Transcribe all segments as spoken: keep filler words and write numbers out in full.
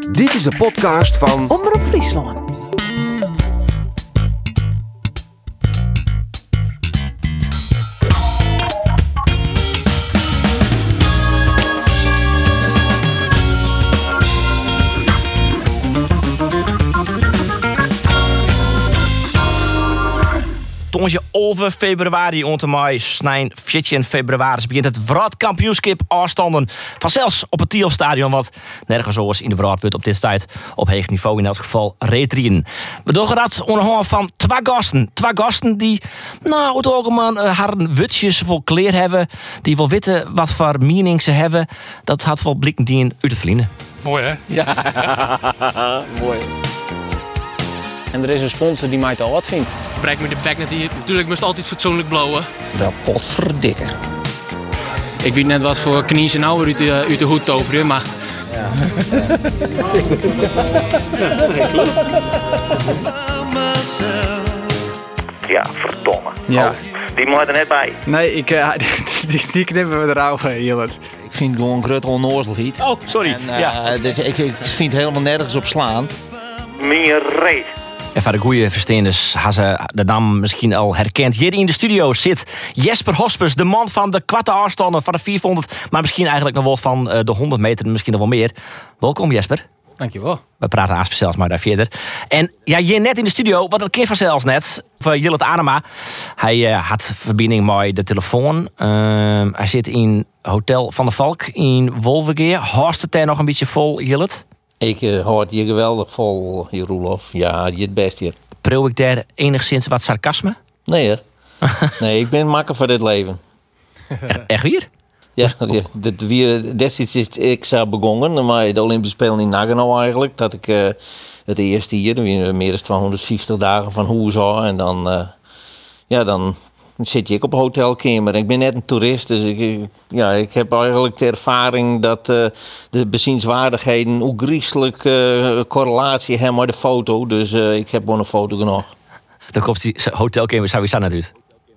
Dit is de podcast van Omroep Friesland. Tonsje over februari om te mei, snijn veertien februari begint het wereldkampioenschap afstanden. Vanzelfs op het Tielstadion, wat nergens zoals in de wereld wordt op dit tijd op hoog niveau in elk geval reetrien. We doen dat onder hand van twee gasten. Twee gasten die, nou, het algemeen uh, haar wutjes vol kleer hebben, die wel weten wat voor meaning ze hebben. Dat had wel blikken die in uit het verliezen. Mooi, hè? Ja, mooi. En er is een sponsor die mij het al wat vindt. Breek me de bek net hier. Natuurlijk moest altijd fatsoenlijk blowen. Wel potverdikke. Ik weet net wat voor knieën nou uit de, uit de hoed toveren, maar... Ja. Ja, verdomme. Ja. Oh, die moet er net bij. Nee, ik, uh, die, die knippen we eruit, Jillet. Ik vind gewoon een groot onnozelheid. Oh, sorry. En, uh, ja. dit, ik, ik vind helemaal nergens op slaan. Meer reet. En voor de goede versteenders had ze de naam misschien al herkend. Hier in de studio zit Jesper Hospes, de man van de kwarte afstanden van de vierhonderd, maar misschien eigenlijk nog wel van de honderd meter, misschien nog wel meer. Welkom Jesper. Dankjewel. We praten haast zelfs maar daar verder. En ja, hier net in de studio, wat dat kind vanzelfs net, voor Jillet Anema. Hij uh, had verbinding met de telefoon. Uh, hij zit in Hotel Van der Valk in Wolvengeer. Horst het daar nog een beetje vol, Jillet? Ik uh, hoort je geweldig vol, hier Roelof. Ja, je het best hier. Proef ik daar enigszins wat sarcasme? Nee, hè? Nee, ik ben makker voor dit leven. Echt, echt weer? Ja, ja dat weer destijds is ik zou begonnen, maar de Olympische Spelen in Nagano eigenlijk. Dat ik uh, het eerste hier, meer dan tweehonderdvijftig dagen van Hoeza. En dan, uh, ja, dan zit je op een hotelkamer. Ik ben net een toerist, dus ik, ja, ik heb eigenlijk de ervaring dat uh, de bezienswaardigheden hoe griezelig uh, correlatie hebben met de foto. Dus uh, ik heb gewoon een foto genoeg. Dan komt die hotelkamer sowieso natuurlijk.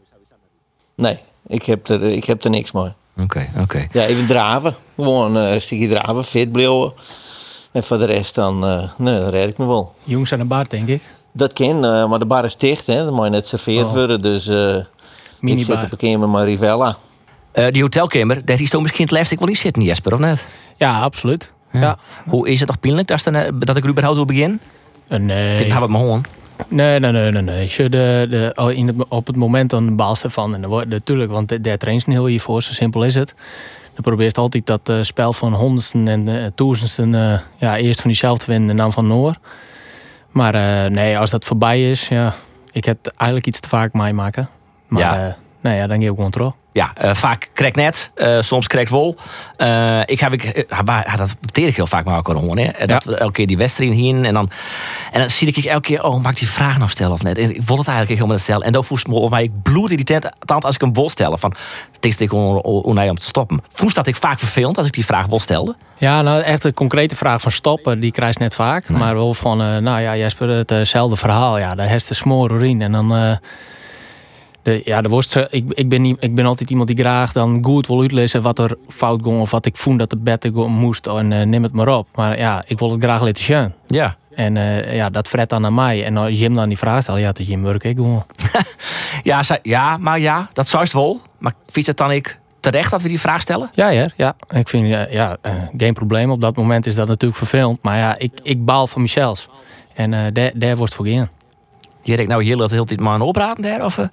Nee, ik heb er, ik heb er niks mee. Oké, okay, oké. Okay. Ja, even draven. Gewoon uh, een stukje draven, fit blijven. En voor de rest dan, uh, nee, dan red ik me wel. Jongens aan de bar, denk ik. Dat kan, uh, maar de bar is dicht, hè. Dan moet je net serveerd oh. worden. Dus uh, ik zit op een kamer met Rivella. Uh, die hotelkamer, daar is toch misschien het liefst ik wel niet zitten, Jesper, of net? Ja, absoluut. Ja. Ja. Hoe is het nog pijnlijk dat, dan, dat ik überhaupt wil beginnen? Uh, nee. Ik heb het maar gewoon. Nee, nee, nee, nee. nee. De, de, in het, op het moment dan baalst ervan. En dan wordt natuurlijk, want daar traint een heel hier voor, zo simpel is het. Dan probeert altijd dat uh, spel van honderdsten en uh, duizendsten uh, ja, eerst van jezelf te winnen en dan van Noor. Maar uh, nee, als dat voorbij is, ja, ik heb eigenlijk iets te vaak meemaken. Maar ja. Uh, nee, ja, dan geef ik gewoon terug. Ja, uh, vaak krijgt net, uh, soms krijgt wol. Uh, ik heb ik, uh, dat beteer ik heel vaak met elkaar gewoon. Hè? Dat ja. Elke keer die wedstrijd heen en dan, en dan zie ik elke keer, oh, mag ik die vraag nou stellen of net? En ik wil het eigenlijk helemaal niet stellen. En dan voest me mij bloedirritant als ik hem wil stellen. Van, het is ik onij om te stoppen. Voest dat ik vaak vervelend als ik die vraag wil stelde? Ja, nou echt een concrete vraag van stoppen, die krijg je net vaak. Nee. Maar wel van, uh, nou ja, Jesper, hetzelfde verhaal. Ja, daar heeft de smoor in en dan... Uh, De, ja, de worst, ik, ik, ben niet, ik ben altijd iemand die graag dan goed wil uitlezen wat er fout ging of wat ik vond dat het beter moest en uh, neem het maar op. Maar ja, ik wil het graag laten zien. Ja. En uh, ja, dat fret dan naar mij. En als Jim dan die vraag stelt, ja, dat Jim werk ik gewoon. ja, ja, maar ja, dat zou het wel. Maar vindt het dan ik terecht dat we die vraag stellen? Ja, ja, ja. Ik vind, ja, ja uh, geen probleem. Op dat moment is dat natuurlijk vervelend. Maar ja, ik, ik baal van mezelf. En uh, daar, daar wordt voor gaan. Je denkt nou heel dat heel tijd maar aan opraden daar, of... Uh?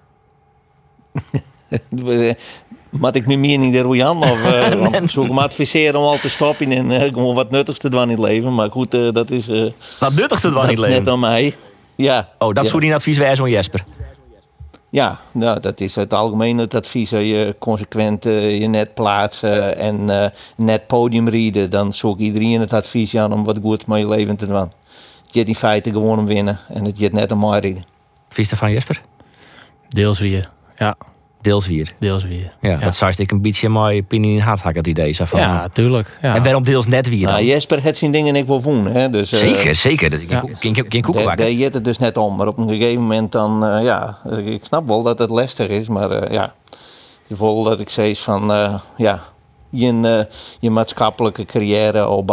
Moet ik mijn mening er hoe aan? Of uh, nee. Zou ik me adviseren om al te stoppen en uh, gewoon wat nuttigs te doen in het leven? Maar goed, uh, dat is... Uh, wat nuttigs te doen in het leven? Dat is net aan mij. Ja. Oh, dat ja. zou die advies wijzen van Jesper? Ja, nou, dat is het algemeen het advies. Je consequent uh, je net plaatsen en uh, net podium rieden. Dan zoek iedereen het advies aan om wat goed met je leven te doen. Je hebt in feite gewoon om winnen en het je net om mij rieden. Advies daarvan, Jesper? Deels weer. Ja. Deels weer. Deels weer. Ja, ja. Dat zou ik een beetje mooi pin in had het idee. Van, ja, tuurlijk. Ja. En waarom deels net weer? Nou, Jesper het zijn dingen ik wil voelen. Hè? Dus, uh, zeker, zeker. Dat ja. Geen koekenbakken. Daar je het dus net om. Maar op een gegeven moment dan, uh, ja, ik snap wel dat het lastig is. Maar uh, ja, ik voel dat ik zeg van, uh, ja, je, uh, je maatschappelijke carrière opbouwen.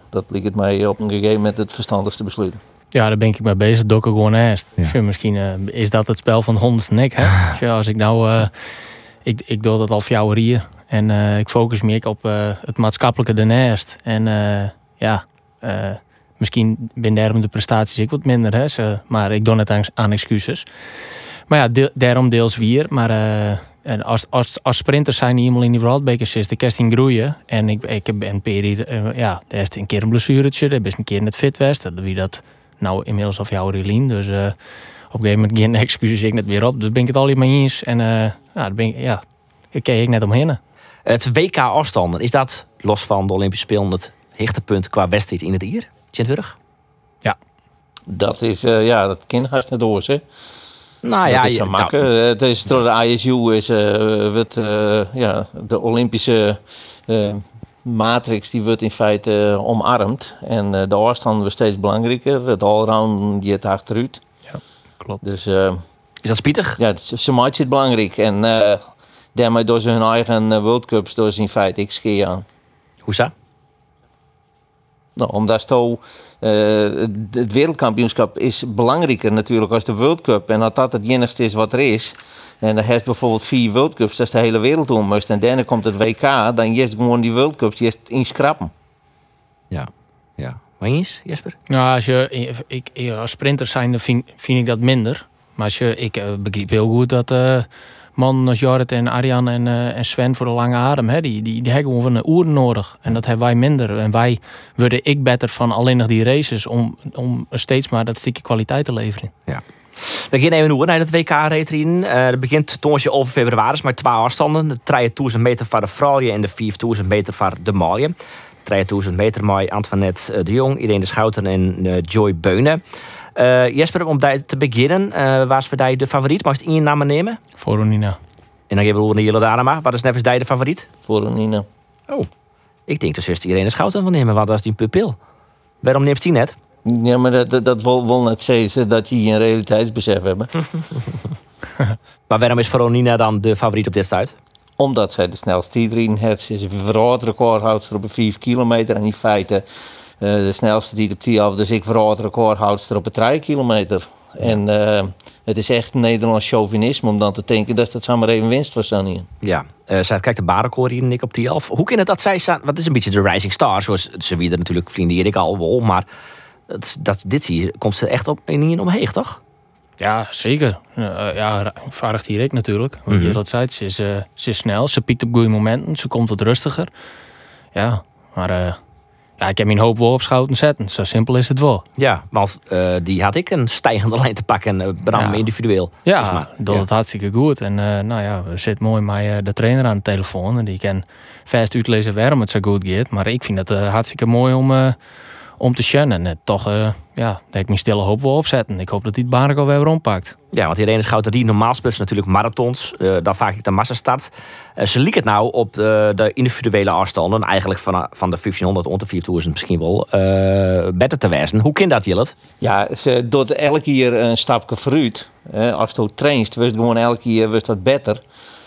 Dat liep het mij op een gegeven moment het verstandigste besluit. Ja, daar ben ik mee bezig. Doe ik er gewoon naast. Ja. Tja, misschien uh, is dat het spel van de honderdste nek. Hè? Tja, als ik nou... Uh, ik, ik doe dat al vier jaar. En uh, ik focus me op uh, het maatschappelijke daarnaast. En uh, ja... Uh, misschien ben daarom de prestaties ik wat minder. Hè? Zo, maar ik doe het aan, aan excuses. Maar ja, de, daarom deels weer. Maar uh, en als, als, als sprinters zijn die helemaal in die wereldbekers is, de kerst groeien. En ik, ik ben periode, uh, ja, er is een keer een blessuretje, er is een keer in het fit west. Dat wie dat nou inmiddels al jouw relien. Dus uh, op een gegeven moment geen excuses ik net weer op. Dus ben ik het al mee eens. En uh, ja, daar ben ik, ja, ik kijk ik net omheen. Het W K afstanden, is dat los van de Olympische Spelen het hoogtepunt qua wedstrijd in het jaar? Tjentwurg? Ja. Dat is, uh, ja, dat kind gaat net door, hè. Nou dat ja, is zo je, makkelijk. nou, Het is door de I S U is uh, wordt, uh, ja, de Olympische uh, matrix die wordt in feite uh, omarmd. En uh, de afstanden wordt steeds belangrijker. Het allround gaat achteruit. Ja, klopt. Dus uh, is dat spietig? ja, ze maakt het belangrijk. En uh, daarmee door ze hun eigen uh, World Cups door ze in feite x keer aan. Hoe zo? Nou, omdat zo, uh, het wereldkampioenschap is belangrijker natuurlijk als de World Cup. En dat dat het enigste is wat er is. En dan heb je bijvoorbeeld vier World Cups, dat is de hele wereld om. En daarna komt het W K, dan is gewoon die World Cups die is inschrappen. Ja, ja. Maar eens, Jesper? Nou, als je ik, ik, als sprinter zijn, dan vind, vind ik dat minder. Maar als je, ik uh, begreep heel goed dat uh, mannen als Jorrit en Arjan en, uh, en Sven voor de lange adem, hè, die, die, die hebben gewoon van een oer nodig. En dat hebben wij minder. En wij worden ik beter van alleen nog die races om, om steeds maar dat stukje kwaliteit te leveren. Ja. We gaan even door naar het W K-retrien. Uh, dat begint toonsje over februari, maar twee afstanden. De drieduizend meter voor de vrouwen en de vierduizend meter voor de mannen. drieduizend meter met Antoinette de Jong, Irene de Schouten en uh, Joy Beunen. Uh, Jesper, om daar te beginnen, uh, was voor jou de favoriet? Mag je het in je naam nemen? Voronina. En dan geven we naar Jelle Danema. Wat is nevens jij de favoriet? Voronina. Oh, ik denk dus eerst Irene de Schouten van nemen, want dat is die pupil. Waarom neemt hij net? Ja, maar dat, dat, dat wil, wil net zeggen dat je een realiteitsbesef hebt. Maar waarom is Voronina dan de favoriet op dit stuit? Omdat zij de snelste tijdrijden heeft. Ze is een verhoord recordhoudster op een vijf kilometer. En in feite uh, de snelste tijd op tien af. Dus ik verhoord recordhoudster op een drie kilometer. En uh, het is echt een Nederlands chauvinisme om dan te denken dat dat zomaar even winst was dan hier. Ja, uh, zij kijkt de barenkoor hier en ik op tien af. Hoe kan het dat zij staan? Wat is een beetje de rising star, zoals ze wie er natuurlijk vrienden ik al wel, maar dat, dat, dit zie je, komt ze echt op in omheen, toch? Ja, zeker. Uh, ja, vaardigt hier ik natuurlijk. Want Mm-hmm. je dat zei, ze is, uh, ze is snel, ze piekt op goede momenten, ze komt wat rustiger. Ja, maar uh, ja, ik heb mijn hoop wel op schouten zetten. Zo simpel is het wel. Ja, want uh, die had ik een stijgende lijn te pakken, uh, Bram Ja. individueel. Ja, zeg maar. dat Ja. het hartstikke goed. En uh, nou ja, we zitten mooi met uh, de trainer aan de telefoon. En die kan vast uitlezen waarom het zo goed gaat. Maar ik vind het uh, hartstikke mooi om, uh, om te zien. En uh, toch, uh, ja, daar heb ik mijn stille hoop wel op zetten. Ik hoop dat hij het Barco weer rondpakt. Ja, want Irene Schouten die normaal speelt natuurlijk marathons. Uh, dan vaak ik de massastart. Uh, ze liep het nou op uh, de individuele afstanden. Eigenlijk van, van de vijftienhonderd onder vierduizend misschien wel. Uh, beter te wijzen. Hoe kan dat, Jillet? Ja, ze doet elke keer een stapje vooruit. Eh, als je traint, was het gewoon elke keer was dat beter.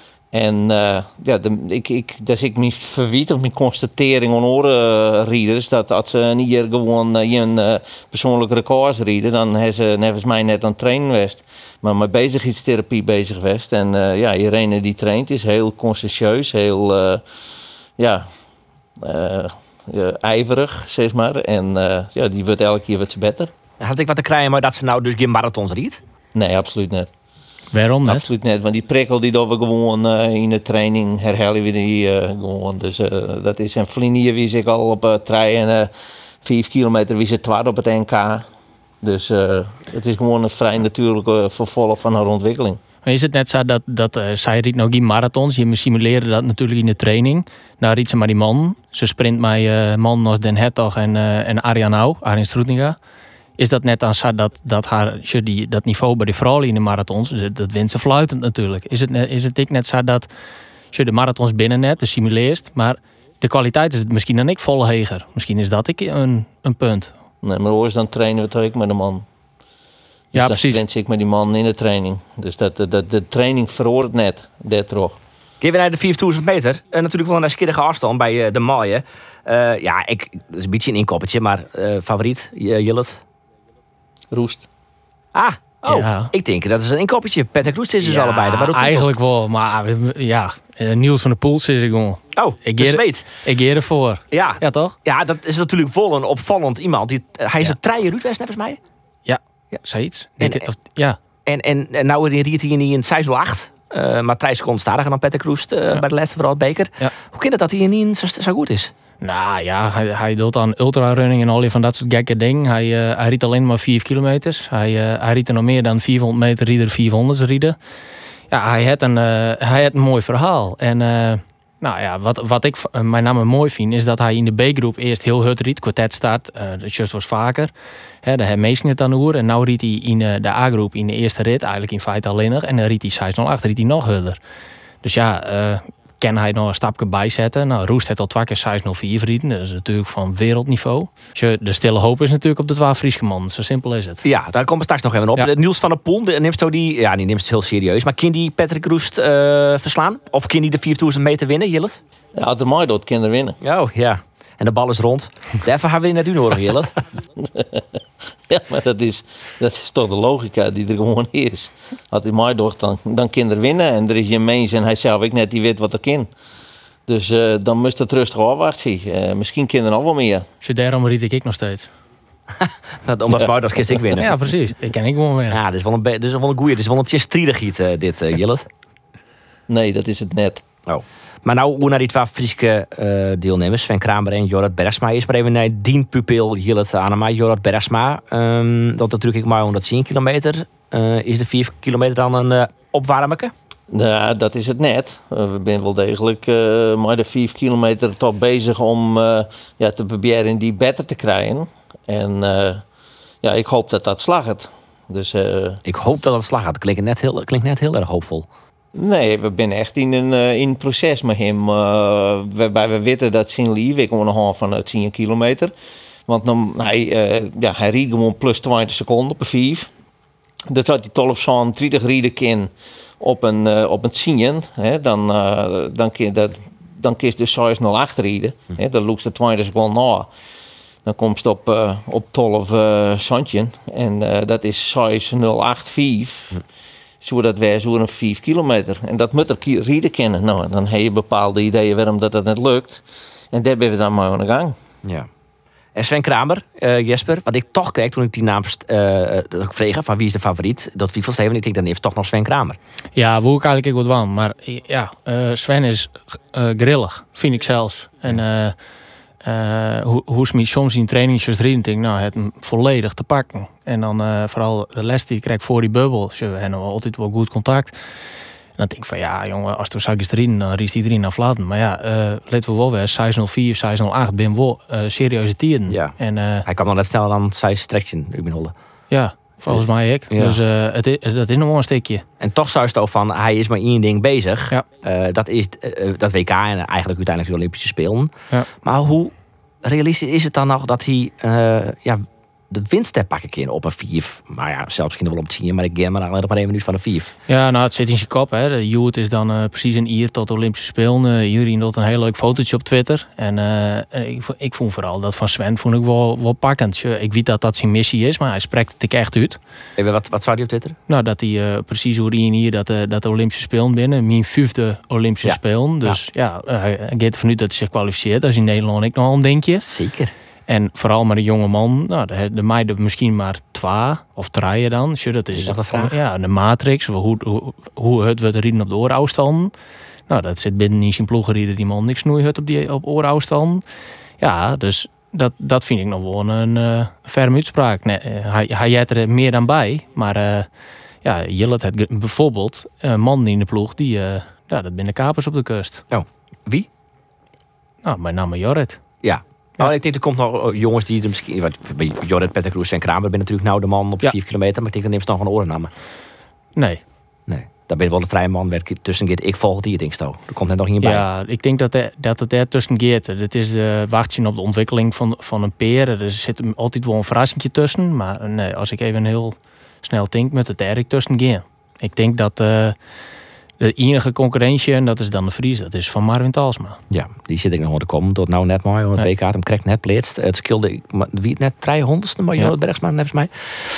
En uh, ja, de, ik, ik, dat is ik mijn verwiet of mijn constatering aan andere rieders. Dat als ze niet hier gewoon uh, een uh, persoonlijke records rieden, dan hebben ze nevens mij net aan het trainen geweest. Maar met bezigheidstherapie bezig geweest. En uh, ja, iedereen die traint is heel conscientieus, heel uh, ja, uh, uh, ijverig, zeg maar. En uh, ja, die wordt elke keer wat beter. Had ik wat te krijgen, maar dat ze nou dus geen marathons riet? Nee, absoluut niet. Waarom net? Absoluut net, want die prikkel die doen we gewoon uh, in de training herhalen we die uh, gewoon. Dus uh, dat is een vlinder wie ik al op uh, drie en uh, vijf kilometer wie ze twaalf op het N K. Dus uh, het is gewoon een vrij natuurlijke vervolg van haar ontwikkeling. Maar is het net zo dat, dat uh, zij riet nou geen marathons? Je simuleren dat natuurlijk in de training. Nou riet ze maar die man. Ze sprint met uh, mannen als Den Hertog en, uh, en Arjan Nou, Arjen Stroetinga. Is dat net aan zo dat, dat, haar, die, dat niveau bij de vrouwen in de marathons, dat, dat wint ze fluitend natuurlijk. Is het, is het ik net zo dat je de marathons binnen net, dus simuleert, maar de kwaliteit is het misschien dan ik vol heger. Misschien is dat ik een, een punt. Nee, maar hoor, dan trainen we toch ook met de man. Dus ja, dan precies. sprint ik met die man in de training. Dus dat, dat, de training verhoort net, dat toch. Geven we naar de vierduizend meter. Uh, natuurlijk wel een skierige afstand bij uh, de Maaien. Uh, ja, ik, dat is een beetje een inkoppertje, maar uh, favoriet, uh, Jillet? Roest. Ah, oh, Ja. ik denk dat is een inkoppertje. Patrick Roest is dus Ja, allebei. Maar eigenlijk wel. Maar ja, uh, Niels van der Poel is er gewoon. Oh, Ik de geer- zweet. Ik geer ervoor. Ja. Ja, toch? Ja, dat is natuurlijk vol een opvallend iemand. Die, hij is Ja. een treien Ruudwest, volgens mij. Ja, Ja. zoiets. En- Denk ik- of- ja. En, en, en nou riet hij in die in zes nul acht. Uh, maar drie seconden stadiger dan Patrick Roest uh, Ja. bij de laatste Veldbeker. Ja. Hoe kan het dat hij niet zo, zo goed is? Nou ja, hij, hij doet aan ultrarunning en al die van dat soort gekke dingen. Hij, uh, hij riet alleen maar vier kilometers. Hij, uh, hij riet er nog meer dan vierhonderd meter rieder, vierhonderd rieden. Ja, hij had een, uh, hij had een mooi verhaal. En uh, nou ja, wat, wat ik uh, mijn naam mooi vind, is dat hij in de B-groep eerst heel hut riet. Kwartet staat, uh, dat just was vaker. He, daar heeft meestal het aan de hoer. En nu riet hij in uh, de A-groep in de eerste rit, eigenlijk in feite alleen nog. En dan riet hij zes nul acht, riet hij nog harder. Dus ja, uh, kan hij nog een stapje bijzetten. Nou, Roest heeft al twee keer zes nul vier verrieden. Dat is natuurlijk van wereldniveau. Dus je, de stille hoop is natuurlijk op de twaalf Frieske man. Zo simpel is het. Ja, daar komen we straks nog even op. Ja. Niels van der Poel, de, neemt zo die, ja, die neemt het heel serieus. Maar kan die Patrick Roest uh, verslaan? Of kan die de vierduizend meter winnen, Jillet? Ja, als de mooi doet, kan er winnen. Oh, ja. En de bal is rond. Daarvoor hebben we net u nodig, Jillet. Ja, maar dat is, dat is toch de logica die er gewoon is. Als hij mooi doet, dan, dan kan er winnen. En er is een mens en hij zelf ik net die weet wat er kan. Dus uh, dan moest het rustig afwachten. Uh, misschien kan er nog wel meer. Dus daarom riet ik nog steeds. Dat, omdat Spuit als kist ik winnen. Ja, precies. Ik kan ik gewoon winnen. Ja, dit is wel een, be- dit is wel een goeie. Dit is wel een tjestriedig iets, uh, dit, uh, Jillet. Nee, dat is het net. Oh. Maar nou, hoe naar die twee Friese uh, deelnemers, Sven Kramer en Jorrit Bergsma, is maar even naar dien pupil Jillet Anema. Jorrit Bergsma, um, dat natuurlijk maar honderdtien kilometer. Uh, is de vier kilometer dan een uh, opwarmeke? Nou, dat is het net. Uh, we zijn wel degelijk uh, maar de vijf kilometer toch bezig om uh, ja, te proberen die beter te krijgen. En uh, ja, ik hoop dat dat slaagt. Dus, uh, Ik hoop dat het slag gaat. Klinkt net heel, klinkt net heel erg hoopvol. nee, we zijn echt in een, uh, in een proces met hem. Uh, waarbij we weten dat zijn lief, ik gewoon nog van het tien kilometer. Want dan, hij, uh, ja, hij riet gewoon plus twintig seconden per vijf. Dat had hij twaalf zo'n dertig rieden kan op een, uh, op een tien. Hè, dan, uh, dan kun je dat, dan kun je dus zes nul acht rieden. Hè, dan loopt de twintig seconden na. Dan komt het op, uh, op twaalf uh, zandje. En uh, dat is zes nul acht vijf. Zodat wij zo'n vijf kilometer. En dat moet er rieden kennen. Nou, dan heb je bepaalde ideeën waarom dat, dat net lukt. En daar ben we dan maar aan de gang. Ja. En Sven Kramer, uh, Jesper, wat ik toch kreeg toen ik die naam uh, dat ik vreeg van wie is de favoriet, dat wie Steven, ik denk dan heeft toch nog Sven Kramer. Ja, hoe ik eigenlijk ook wat van. Maar ja, uh, Sven is uh, grillig, vind ik zelfs. En uh, uh, hoe, hoe ze me soms in trainingsjes reden, denk ik, nou, het hem volledig te pakken. En dan uh, vooral de les die ik krijg voor die bubbel. Ze hebben altijd wel goed contact. En dan denk ik van, ja jongen, als er straks erin, dan riest iedereen aflaten. Maar ja, uh, let we wel weer, zes nul vier, zes nul acht, ben wel uh, serieuze tijden. Ja. En, uh, Hij kan nog net sneller dan zijn strekje in Holle. ja, volgens mij ik. Ja. Dus uh, het is, dat is nog wel een stukje. En toch zou je het van, hij is maar één ding bezig. Ja. Uh, dat is uh, dat W K en eigenlijk uiteindelijk de Olympische Spelen. Ja. Maar hoe realistisch is het dan nog dat hij uh, ja, de winst pakken kan op een vier? Maar ja, zelfs misschien wel op tien, maar ik ga maar nog maar één minuut van de vier. Ja, nou, het zit in zijn kop. Hè. De Youth is dan uh, precies een uur tot de Olympische Spelen. Uh, iedereen doet een heel leuk fotootje op Twitter. En uh, ik, ik vond vooral dat van Sven vond ik wel, wel pakkend. Ik weet dat dat zijn missie is, maar hij spreekt het echt uit. Even, wat, wat zou hij op Twitter? Nou, dat hij uh, precies hoe hij hier dat, uh, dat de Olympische Spelen binnen. Mijn vijfde Olympische Ja. Spelen. Dus ja, ja uh, hij gaat vanuit dat hij zich kwalificeert. Dat is in Nederland ik nog een denkje. Zeker. En vooral met een jonge man, nou, de, de meiden misschien maar twee of drie dan. Sure, dat is Is dat een vraag? Ja, de matrix, hoe, hoe, hoe het wordt rieden op de oorafstanden. Nou, dat zit binnen in zijn ploegenrieden die man niks snoeihut op die op oorafstanden. Ja, dus dat, dat vind ik nog wel een uh, ferme uitspraak. Nee, uh, hij, hij heeft er meer dan bij, maar uh, ja, Jillet het bijvoorbeeld een man in de ploeg die, uh, ja, dat binnen kapers op de kust. Oh, wie? Nou, mijn naam is Jorrit. Ja. Ja. Oh, ik denk er komt nog jongens die er misschien... Wat, bij Jorrit, Patrick Roest en Kramer ben natuurlijk nou de man op Ja. vier kilometer. Maar ik denk dat neemt nog een orennamen. Nee. Nee. Daar ben je wel de treinman. Werd tussen keer ik volg die denk zo. Er komt net nog niet bij. Ja, ik denk dat, er, dat het er tussen gaat. Het is de wachten op de ontwikkeling van, van een peer. Er zit altijd wel een verrassingje tussen. Maar nee, als ik even heel snel denk, met het er ik tussen gaan. Ik denk dat, uh, De enige concurrentie, en dat is dan de Vries, dat is van Marvin Talsma. Ja, die zit ik nog aan te komen. Tot nou net mooi, want het Nee. W K had hem correct net pleetst. Het skilde, wie het net driehonderdste, maar Ja. Jorrit Bergsma, volgens mij.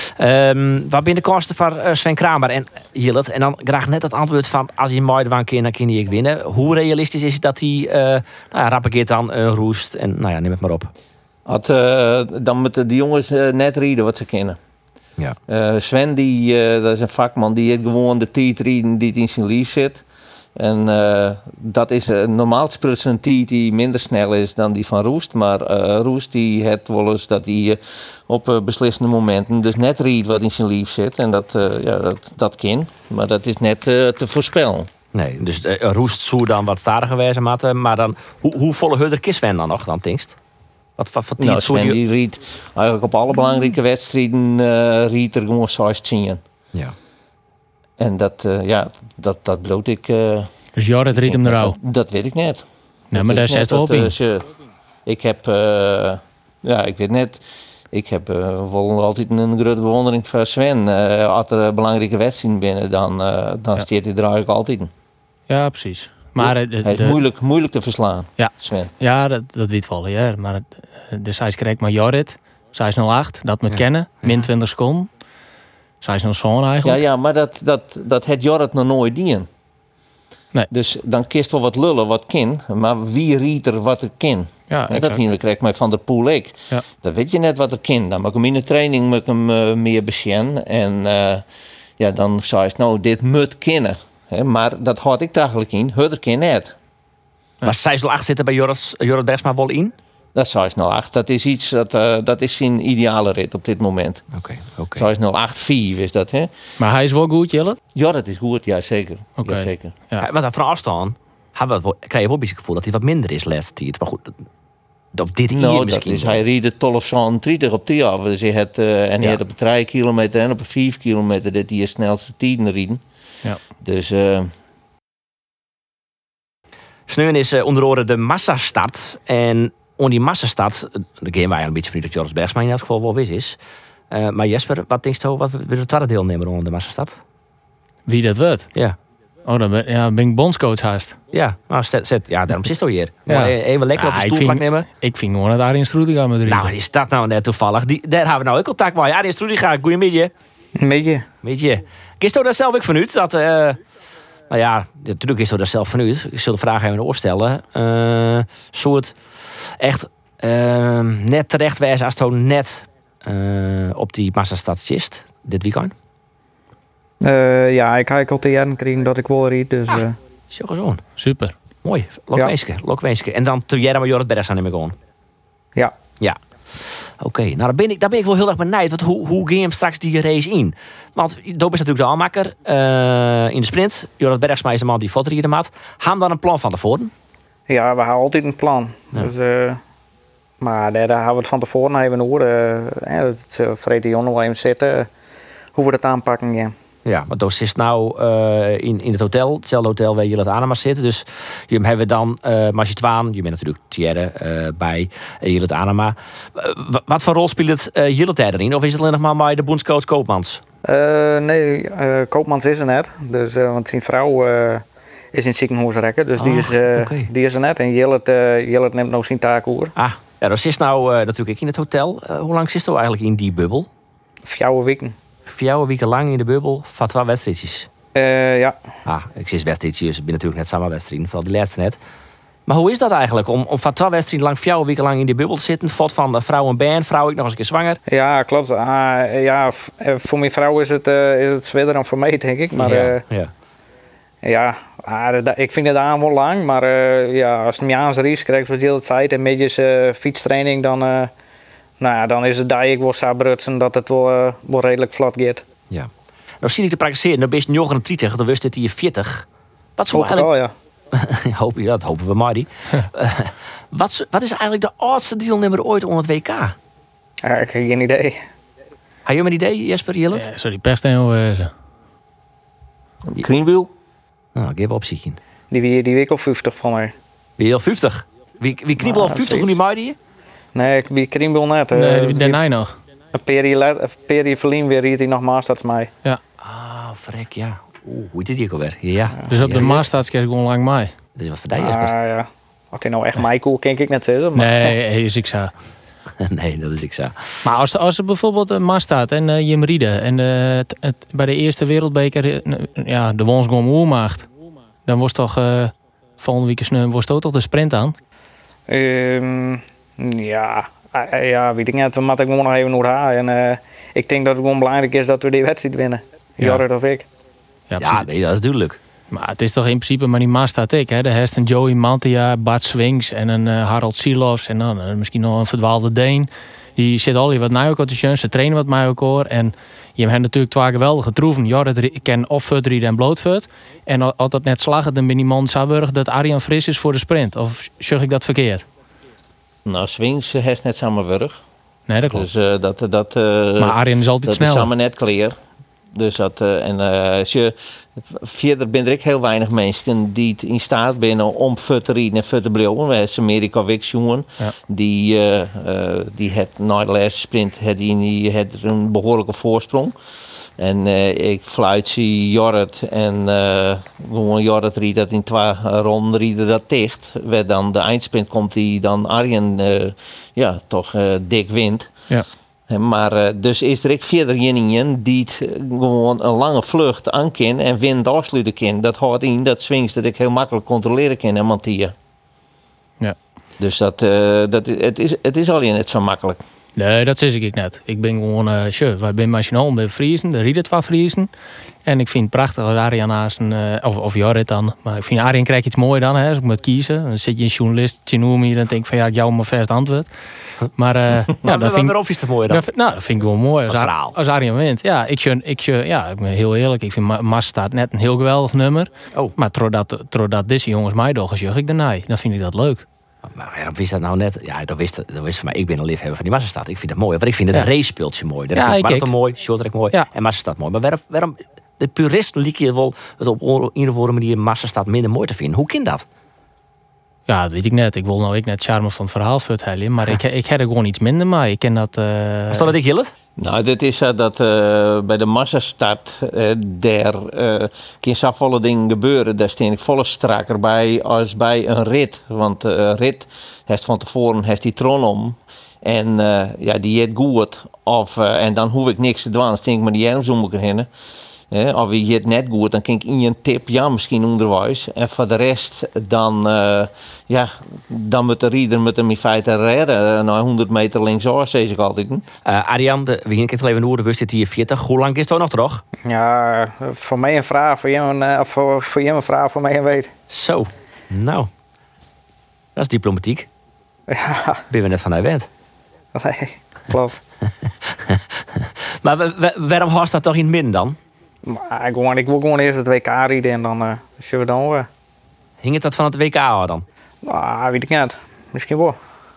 Um, waar ben de kosten van uh, Sven Kramer en Jillet? En dan graag net het antwoord van, als hij mooi een keer, dan kan hij ik winnen. Hoe realistisch is het dat hij, uh, nou ja, rappageert dan, uh, roest en nou ja, neem het maar op. Had, uh, dan moeten de jongens uh, net rieden wat ze kennen. Ja. Uh, Sven, die, uh, dat is een vakman, die heeft gewoon de tijd rieden die in zijn lief zit. En uh, dat is uh, normaal sprutsen een tijd die minder snel is dan die van Roest. Maar uh, Roest die heeft wel eens dat hij uh, op uh, beslissende momenten dus net riet wat in zijn lief zit. En dat, uh, ja, dat, dat kan. Maar dat is net uh, te voorspellen. Nee, dus uh, roest zou dan wat stadiger wezen, Matte. Maar dan, hoe, hoe volle hudder kist Sven dan nog, dan tinkst? Wat wat wat Nou, zou Sven die... die riet eigenlijk op alle belangrijke wedstrijden uh, riet er gewoon zestien. Ja. En dat, uh, ja, dat, dat bloot ik... Uh, Dus Jorrit riet hem er al. dat, dat weet ik net. Ja, Dat maar weet daar ik zet net, wel op dat, in. uh, ze- Ik heb... Uh, ja, ik weet net... Ik heb uh, wel altijd een grote bewondering voor Sven. Uh, als er belangrijke wedstrijden binnen, dan, uh, dan Ja. staat hij er eigenlijk altijd in. Ja, precies. Maar uh, de, Hij is de- moeilijk, moeilijk te verslaan, Ja. Sven. Ja, dat, dat weet wel. Ja. Maar het- de zij krijgt maar Jorrit. Zij nul acht, dat moet Ja. kennen. Min twintig seconden. Zij is nog zo'n Ja, eigenlijk. ja, maar dat, dat, dat het Jorrit nog nooit dien. Nee. Dus dan kist wel wat lullen, wat kin. Maar wie riet er wat er kin? Ja, En dat exact. zien we krijgt mij Van der Poel ik. Ja. Dat weet je net wat er kind. Dan moet ik hem in de training moet ik hem, uh, meer besjen. En uh, ja, dan zei je, nou, dit moet kennen. Hè, maar dat had ik dagelijks in. Hudder ken net. Maar zij zal acht zitten bij Jorrit, Jorrit Bergsma wel in? Dat is zes nul acht. Dat is iets, dat, uh, dat is zijn ideale rit op dit moment. Oké, oké. zes nul acht vier is dat, hè? Maar hij is wel goed, Jillet. Ja, dat is goed. Ja, zeker. Oké. Ja, zeker. Ja. Ja, want van afstand hebben we het wel- krijg je wel een beetje het gevoel dat hij wat minder is laatste tijd. Maar goed, dat- of dit hier Nou, dat misschien. is, hij ried twaalf drieëndertig op die af. Dus hij had, uh, en hij Ja. had op de drie kilometer en op de vijf kilometer dat hij de snelste tijden rieden. Ja. Dus uh, Sneeuwen is uh, onder andere de massastart. En onder die massastart, uh, de game waar je een beetje vanuit dat Joris Bergsma in dat geval wel wist is. Uh, maar Jesper, wat denk je, wat wil de tweede deelnemer onder de massastart? Wie dat wordt? Ja. Oh, dan ben, ja, ben ik bondscoach haast. Ja, nou, zet, zet, ja, daarom zit je hier. Ja. Maar even lekker op de Ja, ik stoelplank vind- nemen. Ik vind gewoon dat Arjen Stroeting aan met drie. Nou, die staat nou net toevallig. Die, daar hebben we nou ook contact mee. Ja, die is Trudy gaat. Goeiemiddag. Een beetje. Weet je, kies je daar zelf ook vanuit? Dat, uh, nou ja, natuurlijk is je daar zelf vanuit. Ik zal de vraag even oorstellen. Uh, zou het echt uh, net terecht wijzen als het net uh, op die massastad zit dit weekend? Uh, ja, ik heb al te jaren gekregen dat ik wel riet. Dus, Ah. uh, Zo gezond. Super. Mooi. Lokwenske. Lokwenske. En dan te jaren maar Jorrit Bergsma neem ik gewoon. ja. Ja. Oké, nou daar ben, ik, daar ben ik wel heel erg benieuwd. Want hoe, hoe ga je hem straks die race in? Want Doop is natuurlijk de aanmaker uh, in de sprint. Jorrit Bergsma is de man die foto hier de maat. Gaan dan een plan van tevoren? ja, we hebben altijd een plan. Ja. Dus, uh, maar daar, daar hebben we het van tevoren even horen. Uh, ja, het uh, Vrede Jon wel even zitten. Hoe we dat aanpakken, ja. Ja, want Doos zit nou uh, in, in het hotel. Hetzelfde hotel waar Jillet Anema zit. Dus je hebben dan uh, Marcie Twaan. Je bent natuurlijk Thierry uh, bij uh, Jillet Anema. Uh, wat voor rol speelt het uh, Jillet erin? Of is het alleen nog maar bij de bondscoach Koopmans? Uh, nee, uh, Koopmans is er net. Dus, uh, want zijn vrouw uh, is in het ziekenhuis rekken. Dus die, Oh, is, uh, oké. die is er net. En Jillet, uh, Jillet neemt nou zijn taak over. Ah, ja, dat is nou uh, natuurlijk in het hotel. Uh, hoe lang zit je eigenlijk in die bubbel? Vier weken. Vier weken lang in de bubbel van twaalf wedstrijdjes. Uh, ja. Ah, ik zeg wedstrijdjes, ik ben natuurlijk net samen wedstrijden, vooral die laatste net. Maar hoe is dat eigenlijk om, om van twaalf wedstrijden lang vier weken lang in die bubbel te zitten? Valt van uh, vrouw en band, vrouw ik nog eens een keer zwanger. Ja, klopt. Ah, ja, f- eh, voor mijn vrouw is het, uh, is het zwaarder dan voor mij, denk ik. Maar ja, uh, ja. ja, ah, dat- ik vind het aan wel lang. Maar uh, ja, als het me aan zijn ries krijgt voor de hele tijd en beetje uh, fietstraining, dan, uh, nou ja, dan is het daar ik wel zo brutsen dat het wel, uh, wel redelijk vlot gaat. Ja. Nou zie ik te praktiseren, nou ben je negenendertig, dan wist dit hier veertig. Wat zou Hoop ik eigenlijk... wel, ja. Hoop je dat, hopen we maar die. Uh, wat, zo- wat is eigenlijk de oudste deelnemer ooit onder het W K? ja. Ik heb geen idee. Heb je een idee, Jesper Jillet? Ja, sorry, perstengel wezen. Greenwiel. Nou, ik even opzicht in. Die, die, die week of vijftig van mij. Ben je heel vijftig? Wie, wie kriebel al Ah, vijftig hoe precies. die maaide? Nee, ik wie kreeg wel net. Uh, Nee, die daarna nog. Een peri, le- een peri verlien weer riet hij nog maar als mij. Ah, vrek, ja. Oeh, hoe dit hier ook alweer? Ja. Dus op ja, de ja. Maas staat gewoon lang mij. Dat is wat voor jou, Ah, Jesper. ja. Wat hij nou echt Michael, ken ik net zeggen. Maar Nee, hij is ik zo. Nee, dat is ik zo. Maar als, als er bijvoorbeeld een Maas staat en uh, Jim Riede en uh, het, het, bij de eerste wereldbeker uh, ja, de wons gewoon oermaakt, dan was toch uh, volgende week sneu was toch toch de sprint aan? Um, ja, uh, ja, weet ik niet. We moeten gewoon nog even naar haar. En uh, ik denk dat het gewoon belangrijk is dat we die wedstrijd winnen. Ja. Jorrit of ik. Ja, Ja, precies. nee, dat is duidelijk. Maar het is toch in principe maar die Maas staat ik. Hè? De herst een Joey Mantia, Bart Swings en een uh, Harold Silovs en dan uh, misschien nog een verdwaalde Deen. Die zit al hier wat naar elkaar te doen. Ze trainen wat met elkaar. En je hebt natuurlijk twee geweldige troeven. Jorrit ken of Futteried en Blootfut. En als dat net slagen, dan ben die man Saarburg dat Arjan fris is voor de sprint. Of zeg ik dat verkeerd? Nou, Swings heeft net Samenburg. Nee, dat klopt. Dus uh, dat... dat uh, Maar Arjen is altijd dat sneller. is samen net clear. Dus dat, uh, en uh, als je, verder ben er ook heel weinig mensen die het in staat zijn om vet te rijden en vet te blijven. We hebben Amerika Wix jongen, Ja. die, uh, uh, die het na de laatste sprint had die, die had een behoorlijke voorsprong. En uh, ik fluit zie Jorrit en uh, gewoon Jorrit ried dat in twee ronden rieden dat dicht. Waar dan de eindsprint komt die dan Arjen uh, ja, toch uh, dik wint. Ja. Maar uh, dus is er ook verder iemand die het gewoon een lange vlucht aan kan en wind afsluiten kan. Dat houdt in dat swings dat ik heel makkelijk controleren kan en montieren. Ja. Dus dat, uh, dat, het, is, het is alleen net zo makkelijk. Nee, dat zeg ik net. Ik ben gewoon, uh, sure, wij zijn machinaal bij Friesen, de Rieder van Friesen. En ik vind het prachtig als Arjan naast een, uh, of, of Jorrit dan. Maar ik vind Arjan krijgt iets mooi dan, hè, als ik moet kiezen. Dan zit je een journalist, Tjenoemi, dan denk ik van ja, ik jou maar vast antwoord. Maar uh, ja, Maar dat vind ik... waarom is het mooi dan? Dat, vind- nou, dat vind ik wel mooi. Als, Als Ar- verhaal. als Arjen wint. Ja, ik, vind- ik, vind- ja, ik ben heel eerlijk. Ik vind Ma- Mas staat net een heel geweldig nummer. Oh. Maar doordat, doordat deze jongens mij doch, zeg ik daarna. Dan vind ik dat leuk. Maar waarom wist dat nou net? Ja, dat wist, dat wist van mij. Ik ben een liefhebber van die Massenstad. Ik vind dat mooi. Want ik vind het Ja. een race-speeltje mooi. Dat Ja, vind ik ik Marathon ook. mooi, Shorttrack mooi Ja. en Massenstad mooi. Maar waarom, waarom de purist liek je wel het op een of andere manier Massenstad minder mooi te vinden? Hoe kan dat? Ja, dat weet ik net. Ik wil nou ik net charme van het verhaal vertellen. Maar ik, ik heb er gewoon iets minder mee. Ik ken dat... Uh, Is dat dat ik Jillet? Nou, dit is uh, dat uh, bij de massastart uh, daar uh, kan zoveel dingen gebeuren. Daar steen ik volle strakker bij als bij een rit. Want uh, een rit heeft van tevoren heeft die tron om. En uh, ja, die het goed. Of, uh, en dan hoef ik niks te doen. Dan steen ik maar die arm zo moeten rennen. Eh, of je het net goed, dan kan ik in een tip, ja, misschien onderwijs. En voor de rest, dan, uh, ja, dan moet de rieder met hem in feite redden. Uh, nou, honderd meter linksaf, zeg ik altijd. Uh, Uh, Arjan, de, wie ik het even hoorde, wist dit hier veertig. Hoe lang is het nog toch? Ja, voor mij een vraag, voor jou een, uh, of voor, voor jou een vraag, voor mij een weet. Zo, nou. Dat is diplomatiek. Ja, Ben we net van hij went. nee, klopt. Maar wa- wa- waarom haast dat toch in het midden dan? Maar ik, gewoon, ik wil gewoon eerst het W K rijden en dan uh, zullen we dan weer. Hing het dat van het W K af dan? Nou, weet ik niet. Misschien wel.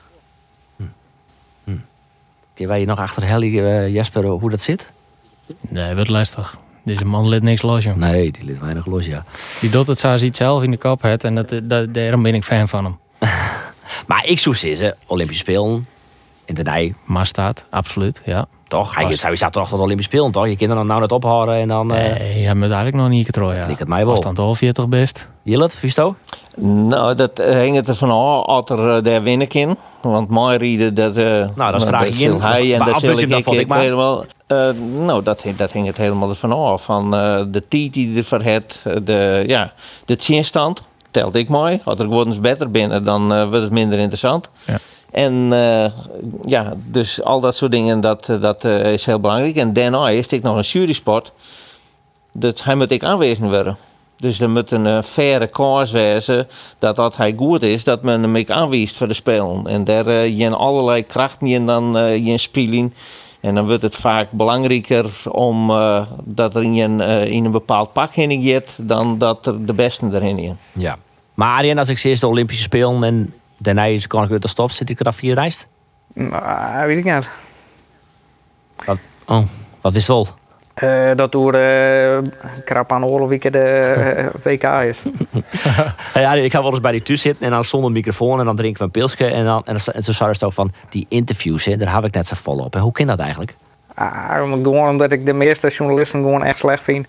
Kun wij je nog achter Helly, uh, Jesper, hoe dat zit? Nee, wat lastig. Deze man let niks los, joh. Nee, die ligt weinig los, ja. Die doet het zo ziet zelf in de kop het. En dat, dat, daarom ben ik fan van hem. Maar ik zou zeggen, Olympische Spelen in de Nij, Maar staat, absoluut, ja. toch? Hij Was- zou je toch tot de Olympische Spelen, toch? Je kinderen nou net ophouden en dan... Uh, Nee, hij moet eigenlijk nog niet getrooien. Ja. lijkt het mij wel. Als dan toch veertig best. Jillet, Fusto? nou, dat uh, hing het er van af, als er uh, daar win ik in. Want mijn rieden, dat... Uh, Nou, dat is vraag je in. zal hij en Maar dat zal afwisselen, ik, dat ik, vond ik ik maar. helemaal... Uh, nou, dat, dat hing het helemaal ervan af. Van uh, de tijd die ervoor had, de, ja, de chinstand, telt ik mooi. Als er gewoon eens beter binnen, dan uh, wordt het minder interessant. Ja. En uh, ja, dus al dat soort dingen, dat, dat uh, is heel belangrijk. En daarna is het nog een jurysport. Dat hij moet ik aanwezig worden. Dus er moet een uh, faire kans wezen dat als hij goed is, dat men hem ook aanwijst voor de spelen. En daar uh, je allerlei krachten in dan uh, je spelen. En dan wordt het vaak belangrijker om uh, dat er in een, uh, in een bepaald pak heen gaat, dan dat er de beste erin in. Ja. Maar Arjen, als ik ze eerst de Olympische Spelen en daarna is kan ik weer de stop, zit ik er af vier reist? Nou, weet ik niet. Wat, oh, wat wist wel? Uh, dat door uh, krap aan oorlogweekend de uh, W K is. Ja, ik ga wel eens bij die thuis zitten en dan zonder microfoon en dan drinken we een pilsje. En dan, en dan, en zo zouden ze ook van die interviews, hè, daar heb ik net zo vol op. En hoe kan dat eigenlijk? Ah, gewoon omdat ik de meeste journalisten gewoon echt slecht vind.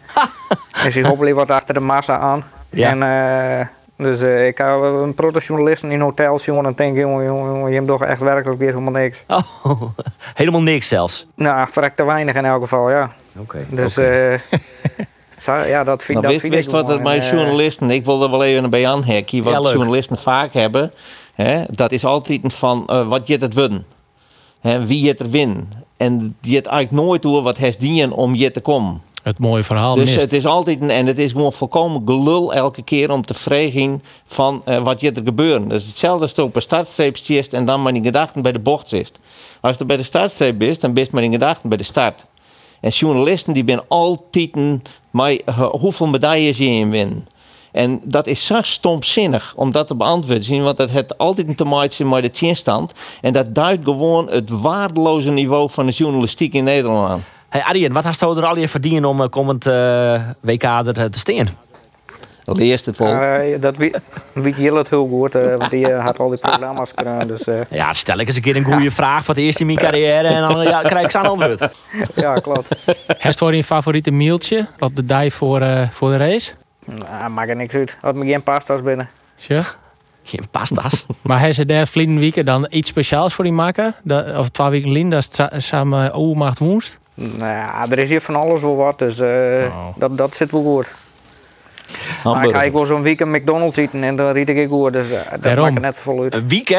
Dus ik hobbel wat achter de massa aan. Ja. En, uh, dus uh, ik heb een protojournalisten in hotels, jongen, en denk jongen, jongen, jongen, je hebt toch echt werkelijk weer helemaal niks. Oh, helemaal niks zelfs. Nou, verrekt te weinig in elk geval, ja. Oké. Okay, dus okay. Uh, zo, ja, dat vind, nou, dat wist, vind wist ik wat het met uh, journalisten, ik wil er wel even bij aanhaken, wat ja, journalisten vaak hebben, hè, dat is altijd van uh, wat je het winnen. Hè, wie je het er win. En je het eigenlijk nooit door wat heeft dienen om je te komen. Het mooie verhaal Dus mist. het is altijd, een, en het is gewoon volkomen gelul elke keer om te vragen van uh, wat je er gebeurt. Dus hetzelfde als je op een startstreep zit en dan maar in gedachten bij de bocht zit. Als je bij de startstreep bent, dan ben je maar in gedachten bij de start. En journalisten die zijn altijd met uh, hoeveel medailles je in winnen. En dat is zo stomzinnig om dat te beantwoorden. Want dat heeft altijd te maken met de chinstand. En dat duidt gewoon het waardeloze niveau van de journalistiek in Nederland aan. Hey Arjen, wat hast du er al je verdienen om uh, komend uh, W K er te staan? Dat eerste het wel. Uh, dat weet, weet Jil het heel goed, uh, want die uh, had al die programma's gedaan. Dus, uh. Ja, stel ik eens een keer een goede vraag voor het eerst in mijn carrière en dan ja, krijg ik zo'n antwoord. Ja, klopt. Heeft voor je favoriete mealtje op de dag voor, uh, voor de race? Nou, maakt er niks uit. Had me geen pasta's binnen. Zeg? Geen pasta's. Maar hij ze daar vliegen weken dan iets speciaals voor die maken? Dat, of twee weken lin, dat het samen overmacht woensd? Nou ja, er is hier van alles wel wat, dus uh, oh. dat, dat zit wel goed. Maar ik ga ik wel zo'n week een McDonald's eten en dan riet ik goed, dus uh, dat Daarom. maakt er net vol uit. Een week, hè?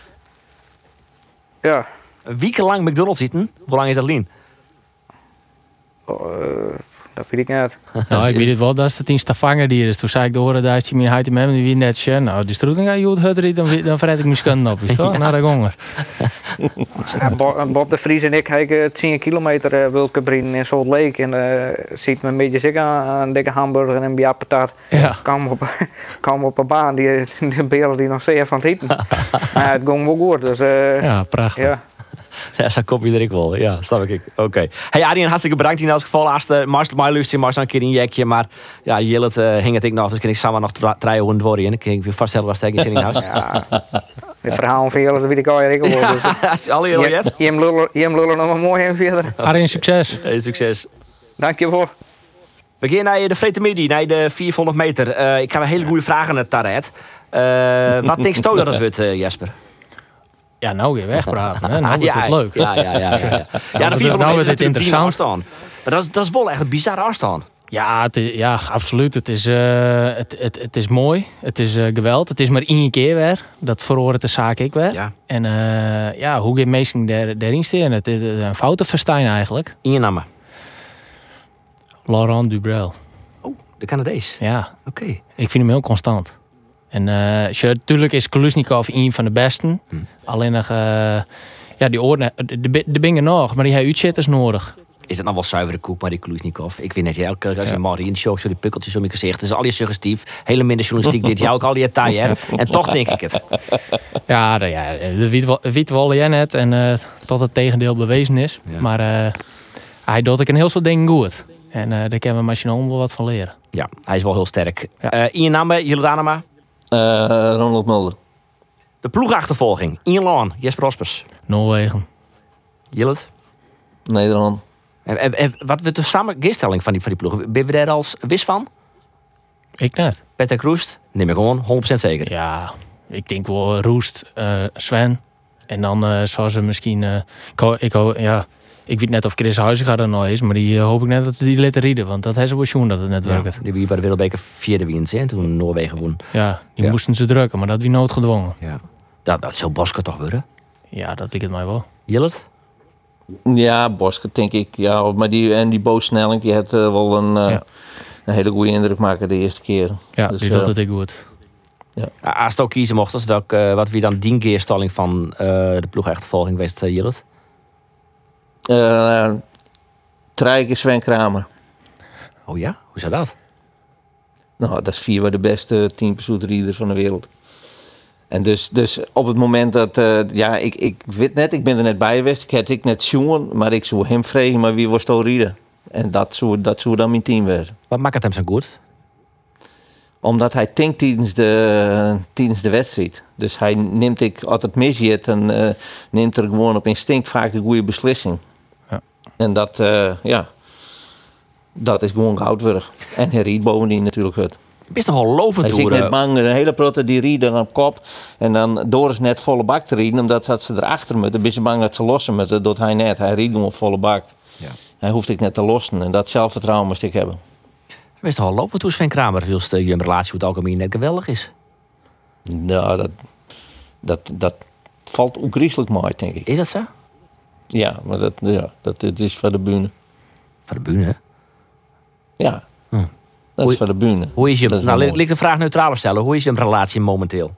Ja. Een week lang McDonald's eten? Hoe lang is dat lien? Oh, uh, dat weet ik niet. Nou, ik weet het wel, dat is het in Stavanger die is. Toen zei ik de horen dat je mijn huid in hem, die wie net zei, nou, die stroeting ga je goed hudden, dan, dan verred ik mijn skunnen op, is toch? Ja. Naar de gonger. Ja, Bob, Bob de Vries en ik hebben tien kilometer uh, wilke brengen in Salt Lake. En uh, ziet me een beetje zitten aan een dikke hamburger en een biapatat. Ja. Kwam op, kwam op een baan, die, die beren die nog zeer van het eten. Maar het ging wel goed, dus... Uh, ja, prachtig. Ja. Ja, zo kom je er ik wel. Ja, snap ik. Oké. Okay. Hey Arjen, hartstikke bedankt in elk geval. Als de Marcel mij luistert, maar een keer een jekje. Maar ja, Jillet uh, hing het ik nog. Dus kan ik samen nog draaien hoe het worden. En dan kan ik weer vaststellen waar stek is in huis. Ja. Dit verhaal van jullie, dat weet ik al heel wel. Dus, ja, is al heel jet. Je hem lullen nog maar mooi in verder. Arjen, succes. Hey, succes. Dankjewel. We gaan naar de Vretemidi, naar de vierhonderd meter. Uh, ik ga een hele goede vragen naar Taret. Uh, wat denk je dat het wordt, uh, Jesper? Ja, nou weer wegpraten. Hè? Nou wordt ja, het leuk. Ja, ja, ja. Ja, ja. ja de vierhonderd nou meter is het interessant. Maar dat is, dat is wel echt een bizarre afstand. Ja, het is, ja, absoluut. Het is, uh, het, het, het is mooi. Het is uh, geweld. Het is maar één keer weer. Dat verhoort de zaak ik weer. Ja. En uh, ja, hoe gaat mensen daar, daarin staan? Het is een foute verstijn eigenlijk. In je naam? Laurent Dubrel. Oh, de Canadees. Ja. Oké. Okay. Ik vind hem heel constant. En uh, natuurlijk is Kolesnikov een van de besten. Hm. Alleen nog, uh, ja, die oren, de, de, de bingen nog, maar die heeft uitzitters nodig. Is dat nou wel zuivere koek, maar die Kolesnikov? Ik weet net, elke keer als je ja. Marie in de show, zo die pukkeltjes om je gezicht. Het is al je suggestief, hele minder journalistiek dit. Jou ook al die taille, en toch denk ik het. Ja, de, ja de wiet wollen jij net en uh, tot het tegendeel bewezen is. Ja. Maar uh, hij doet ik een heel soort dingen goed. En uh, daar kunnen we machine wel wat van leren. Ja, hij is wel heel sterk. Ja. Uh, in je naam, Jildanema? Uh, Ronald Mulder. De ploegachtervolging. Ian Laan, Jesper Rospers. Noorwegen. Jillet? Nederland. En, en, en wat wordt de samenstelling van die, van die ploeg? Ben je daar als wist van? Ik net. Patrick Roest? Neem ik gewoon, honderd procent zeker. Ja, ik denk wel Roest, uh, Sven. En dan uh, zou ze misschien... Uh, ik, ik, ja, ik weet net of Chris Huizinga er nog is, maar die uh, hoop ik net dat ze die laten rieden. Want dat heeft ze wel schoen dat het net ja, werkt. Die wie bij de Wereldbeker vierde wiens en toen Noorwegen won. Ja, die ja. moesten ze drukken, maar dat wie nooit gedwongen. Ja. Dat, dat zou Bosker toch worden? Ja, dat ik het mij wel. Jillet? Ja, Bosker denk ik. Ja, maar die, en die Bo Snelling, die had uh, wel een, uh, ja. een hele goede indruk maken de eerste keer. Ja, dus, die doet het uh, goed. Ja. Als het ook kiezen mocht, dus welk, uh, wat wie dan die keerstalling van uh, de ploegachtervolging geweest, uh, Jillet? Uh, Trijke Sven Kramer. Oh ja? Hoe zit dat? Nou, dat is vier van de beste tien pursuit rieders van de wereld. En dus, dus op het moment dat... Uh, ja, ik, ik weet net, ik ben er net bij geweest. Ik had ik net jongen, maar ik zou hem vragen, maar wie was al rieden? En dat zou, dat zou dan mijn team wezen. Wat maakt het hem zo goed? Omdat hij denkt tijdens de, tijdens de wedstrijd. Dus hij neemt, ik, als het misjeet, dan uh, neemt er gewoon op instinct vaak de goede beslissing. Ja. En dat, uh, ja... dat is gewoon goudwerk. En hij riet bovendien natuurlijk het. Is toch al lovend Hij zit door. net bang, een hele protte die rieden op kop. En dan door is net volle bak te rieden, omdat ze ze erachter moeten. Dan ben ze bang dat ze lossen moeten. Dat doet hij net. Hij riet gewoon volle bak. Ja. Hij hoeft ik net te lossen. En dat zelfvertrouwen moest ik hebben. Is toch al lovend hoe Sven Kramer wil je een relatie met het algemeen net geweldig is. Nou, dat, dat, dat valt ook griezelig mooi, denk ik. Is dat zo? Ja, maar dat, ja, dat, dat is voor de bühne. Voor de bühne, hè? Ja, Hm. dat Hoe- is voor de bühne. Hoe is je, Dat is nou, wel laat ik de vraag neutraal stellen. Hoe is je relatie momenteel?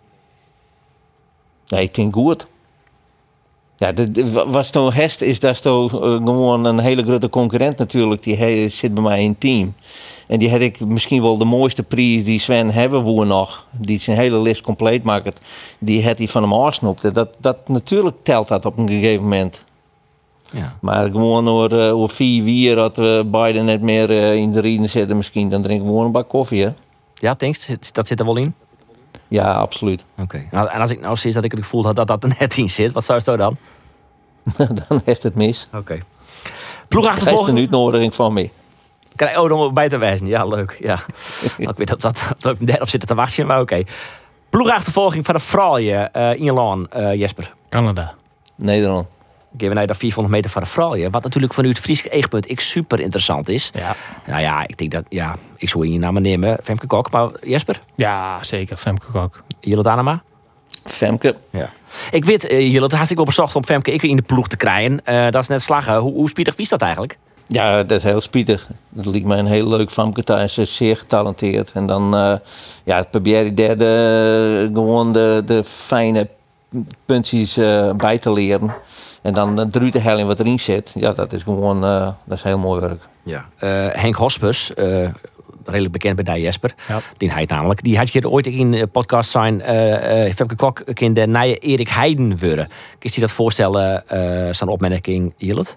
Nee, ik denk goed. Ja, de, de- wat zo Hest is, dat is zo, eh, gewoon een hele grote concurrent natuurlijk. Die he- zit bij mij in het team. En die had ik misschien wel de mooiste prijs die Sven hebben woe nog. Die zijn hele list compleet maakt. Die had hij van hem afsnoept. Dat, dat natuurlijk telt dat op een gegeven moment. Ja. Maar gewoon door, uh, door vier wier dat we beiden net meer eh, in de rieden zitten misschien. Dan drinken we gewoon een bak koffie, hè? Ja, thanks. Dat zit er wel in? Ja, absoluut. Oké. Nou, en als ik nou zie dat ik het gevoel had dat dat er net in zit, wat zou het dan? Dan is het mis. Oké. Krijg Ploegachtervolging. een uitnodiging van mij. Krijg- Oh, om bij te wijzen. Ja, leuk. Ja. Ik weet dat, dat, dat ik daarop zit te wachten, maar oké. Ploegachtervolging van de vrouwen uh, in Laan, uh, Jesper. Canada. Nederland. Ik geef naar de vierhonderd meter van de vrouwen. Wat natuurlijk vanuit het Friese eegpunt ik super interessant is. Ja. Nou ja, ik denk dat, ja, ik zou in je naam nemen, Femke Kok. Maar Jesper, Ja, zeker. Femke Kok. Jillet Anema? Femke. Ja. Ik weet, uh, Jillet, hartstikke opgezocht om Femke ik weer in de ploeg te krijgen. Uh, dat is net slagen. Hoe, hoe spietig is dat eigenlijk? Ja, dat is heel spietig. Dat lijkt mij een heel leuk Femke thuis. Ze is zeer getalenteerd. En dan uh, ja, het probeer je derde uh, gewoon de, de fijne puntjes uh, bij te leren. En dan de drute helling wat erin zit. Ja, dat is gewoon uh, dat is heel mooi werk. Ja. Uh, Henk Hospes, uh, redelijk bekend bij die Jesper. Ja. Die hij namelijk. Die had je ooit in de podcast zijn. Uh, uh, Femke Kok in de nieuwe Erik Heiden worden. Kun je dat voorstellen, uh, zijn opmerking, Jillet?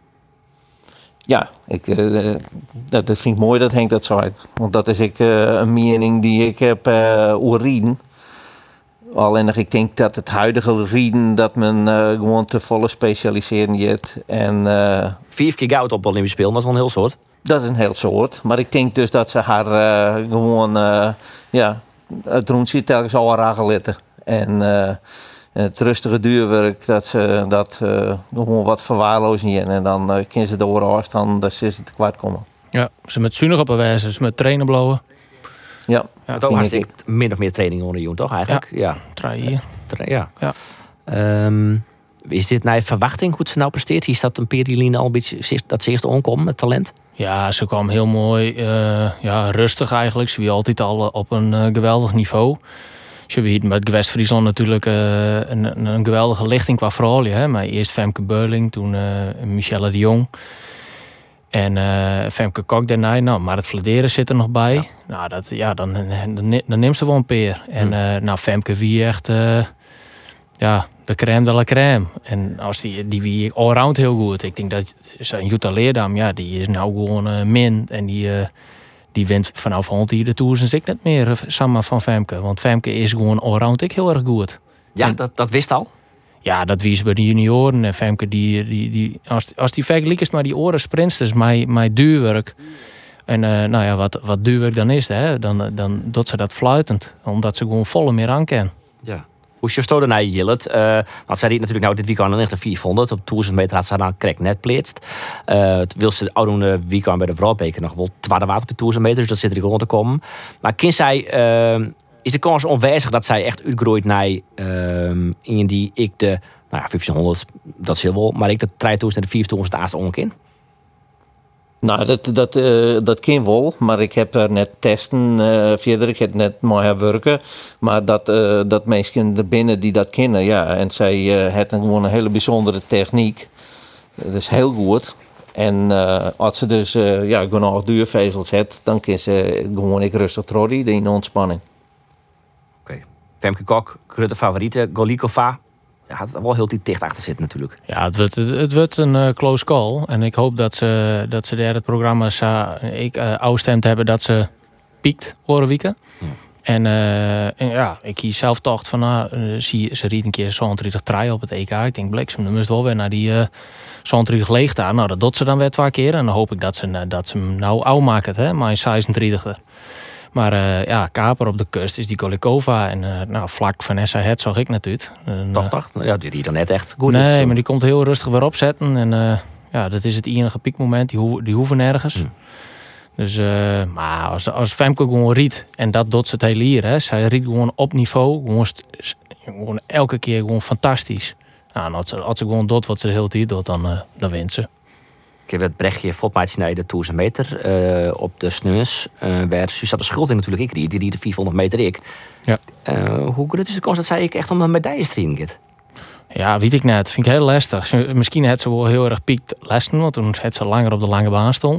Ja, ik, uh, dat, dat vind ik mooi dat Henk dat zei. Want dat is ik, uh, een mening die ik heb uh, over rieden. Alleen ik denk dat het huidige rieden dat men uh, gewoon te volle specialiseren je. En uh, Vier keer goud op Olympisch Spelen, dat is wel een heel soort. dat is een heel soort. Maar ik denk dus dat ze haar uh, gewoon uh, ja, het rondje telkens al raar letten. En uh, het rustige duurwerk, dat ze dat uh, gewoon wat verwaarlozen. En dan uh, kunnen ze door afstand, dat ze te kwart komen. Ja, ze met zuinig op een wijze, ze met trainen blowen. Ja, Ja, Dat vind was ik. ik min of meer training onder Joen, toch eigenlijk? Ja. Traai hier. Tra- ja. Ja. Ehm, is dit naar verwachting hoe ze nou presteert? Is dat een Perieline al een beetje zich- dat ze eerst onkomt, het talent? Ja, ze kwam heel mooi, uh, ja, rustig eigenlijk. Ze was altijd al op een uh, geweldig niveau. Ze weet met West-Friesland natuurlijk uh, een, een geweldige lichting qua vrouwen. Hè? Maar eerst Femke Beurling, toen uh, Michelle de Jong. En uh, Femke Kok daarna. Nou, maar het fladeren zit er nog bij. Ja. Nou, dat, ja, dan, dan, dan neemt ze wel een peer. En uh, nou, Femke wie echt... Uh, ja, de crème de la crème. En als die, die wie allround heel goed. Ik denk dat zijn Jutta Leerdam, ja, die is nou gewoon uh, min. En die, uh, die wint vanaf honderd hier de Tours en ik net meer uh, samen van Femke. Want Femke is gewoon allround ik heel erg goed. Ja, En- dat, dat wist al. Ja, dat wie is bij de junioren. En Femke, die, die, die, als, als die vergelijkt is maar die oren sprinters, mijn, mijn duurwerk. En uh, nou ja, wat, wat duurwerk dan is, hè, dan, dan doet ze dat fluitend. Omdat ze gewoon volle meer aan kan. Ja. Hoe is je stoorde naar Jillet? Uh, want zij deed natuurlijk nou dit weekend nog de vierhonderd. Op duizend meter had ze dan krek net pleetst. Uh, het wil ze oude weekend bij de vrouwbeker nog wel tweede water op de duizend meter. Dus dat zit er rond te komen. Maar kind zij... Uh, is de kans onwijzig dat zij echt uitgroeit naar uh, in die ik de nou ja, vijftienhonderd, dat is heel wel, maar ik de driehonderd en de vierduizend aaste onkin. Nou, dat, dat, uh, dat kan wel, maar ik heb er net testen uh, verder. Ik heb net mooi werken. Maar dat, uh, dat mensen er binnen die dat kennen, ja. En zij uh, hebben gewoon een hele bijzondere techniek. Dat is heel goed. En uh, als ze dus uh, ja, genoeg duurvezels heeft, dan kan ze gewoon ik rustig trollen in de ontspanning. Oké. Okay. Femke Kok, grote favoriete, Golikova. Ja, had er wel heel die dicht achter zitten natuurlijk. Ja, het wordt, het wordt een uh, close call. En ik hoop dat ze, dat ze daar het programma sa, ik uh, afstemd hebben dat ze piekt horen wieken. Ja. En, uh, en ja, ik kies zelf toch van, nou, uh, zie, ze riet een keer zevenentwintig trein op het E K. Ik denk, bliksem, dan moest wel weer naar die uh, zevenentwintig leeg daar. Nou, dat doet ze dan weer twee keer. En dan hoop ik dat ze, dat ze hem nou oud maken, hè, maar zesendertig. Maar uh, ja, Kaper op de kust is die Kolikova. En uh, nou, vlak van S A Het zag ik natuurlijk. En, Toch, toch? Ja, die riet dan net echt goed. Nee, op, maar die komt heel rustig weer opzetten. En uh, ja, dat is het enige piekmoment. Die, ho- die hoeven nergens. Hmm. Dus, uh, maar als, als Femke gewoon riet, en dat doet ze het hele hier, hè. Zij riet gewoon op niveau, gewoon, st- gewoon elke keer gewoon fantastisch. Nou, als ze, als ze gewoon doet wat ze de hele tijd doet, dan, uh, dan wint ze. Ik heb het Brechtje Votmaatje naar de duizend meter uh, op de sneus. Uh, waar Suzanne Schulting natuurlijk ik riet, die riet de vierhonderd meter ik. Ja. Uh, hoe groot is de kans dat zij ik echt om een medaillestrien gaat? Ja, weet ik net. Vind ik heel lastig. Misschien had ze wel heel erg piekt lessen, want toen had ze langer op de lange baan stond.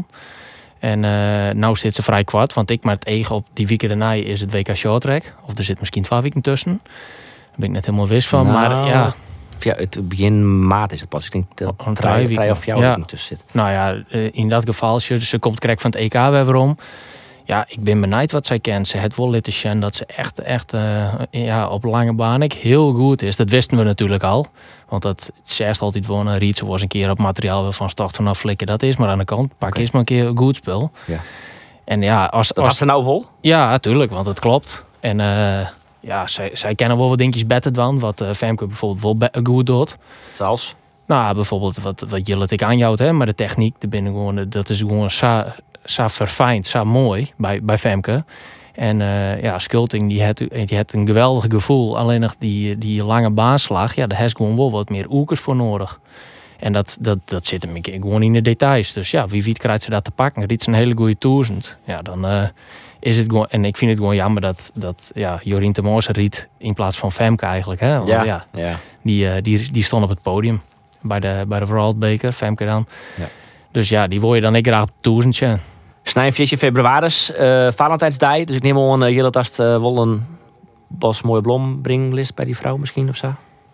En uh, nu zit ze vrij kwart, want ik maar het ego op die weekend daarna is het W K Short Track. Of er zit misschien twaalf weken tussen. Daar ben ik net helemaal wist van. Nou, maar ja. ja, het begin maart is het pas. Ik denk dat er drie, drie of vier weken tussen zit. Nou ja, in dat geval, als je, ze komt correct van het E K weer waarom. Ja, ik ben benieuwd wat zij kent. Ze heeft wel laten zien dat ze echt, echt uh, ja, op lange baan heel goed is. Dat wisten we natuurlijk al. Want dat zegt altijd wonen. Riet, ze was een keer op materiaal van start vanaf flikken. Dat is maar aan de kant. Pak okay. Is maar een keer een goed spel. Ja. En ja, als, dat als, had ze nou vol? Ja, natuurlijk, want het klopt. En uh, ja, zij, zij kennen wel wat dingetjes beter dan. Wat uh, Femke bijvoorbeeld wel be- goed doet. Zoals? Nou, bijvoorbeeld wat, wat Jillet ik aanjouwt, hè. Maar de techniek, de binnen gewoon, dat is gewoon sa, sa verfijnd, sa mooi bij, bij Femke. En uh, ja, Schulting, die heeft, die heeft een geweldig gevoel. Alleen nog die, die lange baanslag, ja, daar heeft gewoon wel wat meer oekers voor nodig. En dat, dat, dat zit hem gewoon in de details. Dus ja, wie weet krijgt ze dat te pakken. Riet ze een hele goede duizend. Ja, dan uh, is het gewoon... En ik vind het gewoon jammer dat, dat ja, Jorien Temoze riet in plaats van Femke eigenlijk. Hè? Want, ja, ja, ja. Die, uh, die, die stond op het podium bij de, bij de Wereldbeker, Femke dan. Ja. Dus ja, die wil je dan ik graag op het duizendje. Snij veertien februari, uh, Valentijnsdag. Dus ik neem al een hele tast uh, wel een bos mooie blom brenglist bij die vrouw misschien of zo.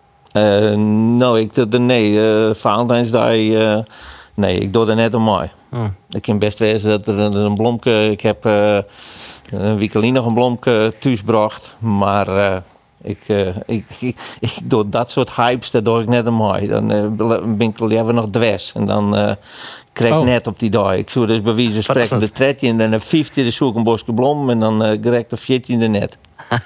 Uh, nou, ik doe er nee. Uh, Valentijnsdag, uh, nee, ik doe er net om mooi. Oh. Ik kan best wezen dat er een, een blomke. Ik heb uh, een week nog een blomke thuisgebracht, maar uh, ik, uh, ik, ik, ik doe dat soort hypes, dat doe ik net om mooi. Dan uh, ben ik even nog dwars en dan uh, krijg ik oh. net op die dag. Ik zou dus bij wijze van spreken de tredje en dan de vijftiende zoek ik een bosje blom en dan uh, krijg ik de veertiende net.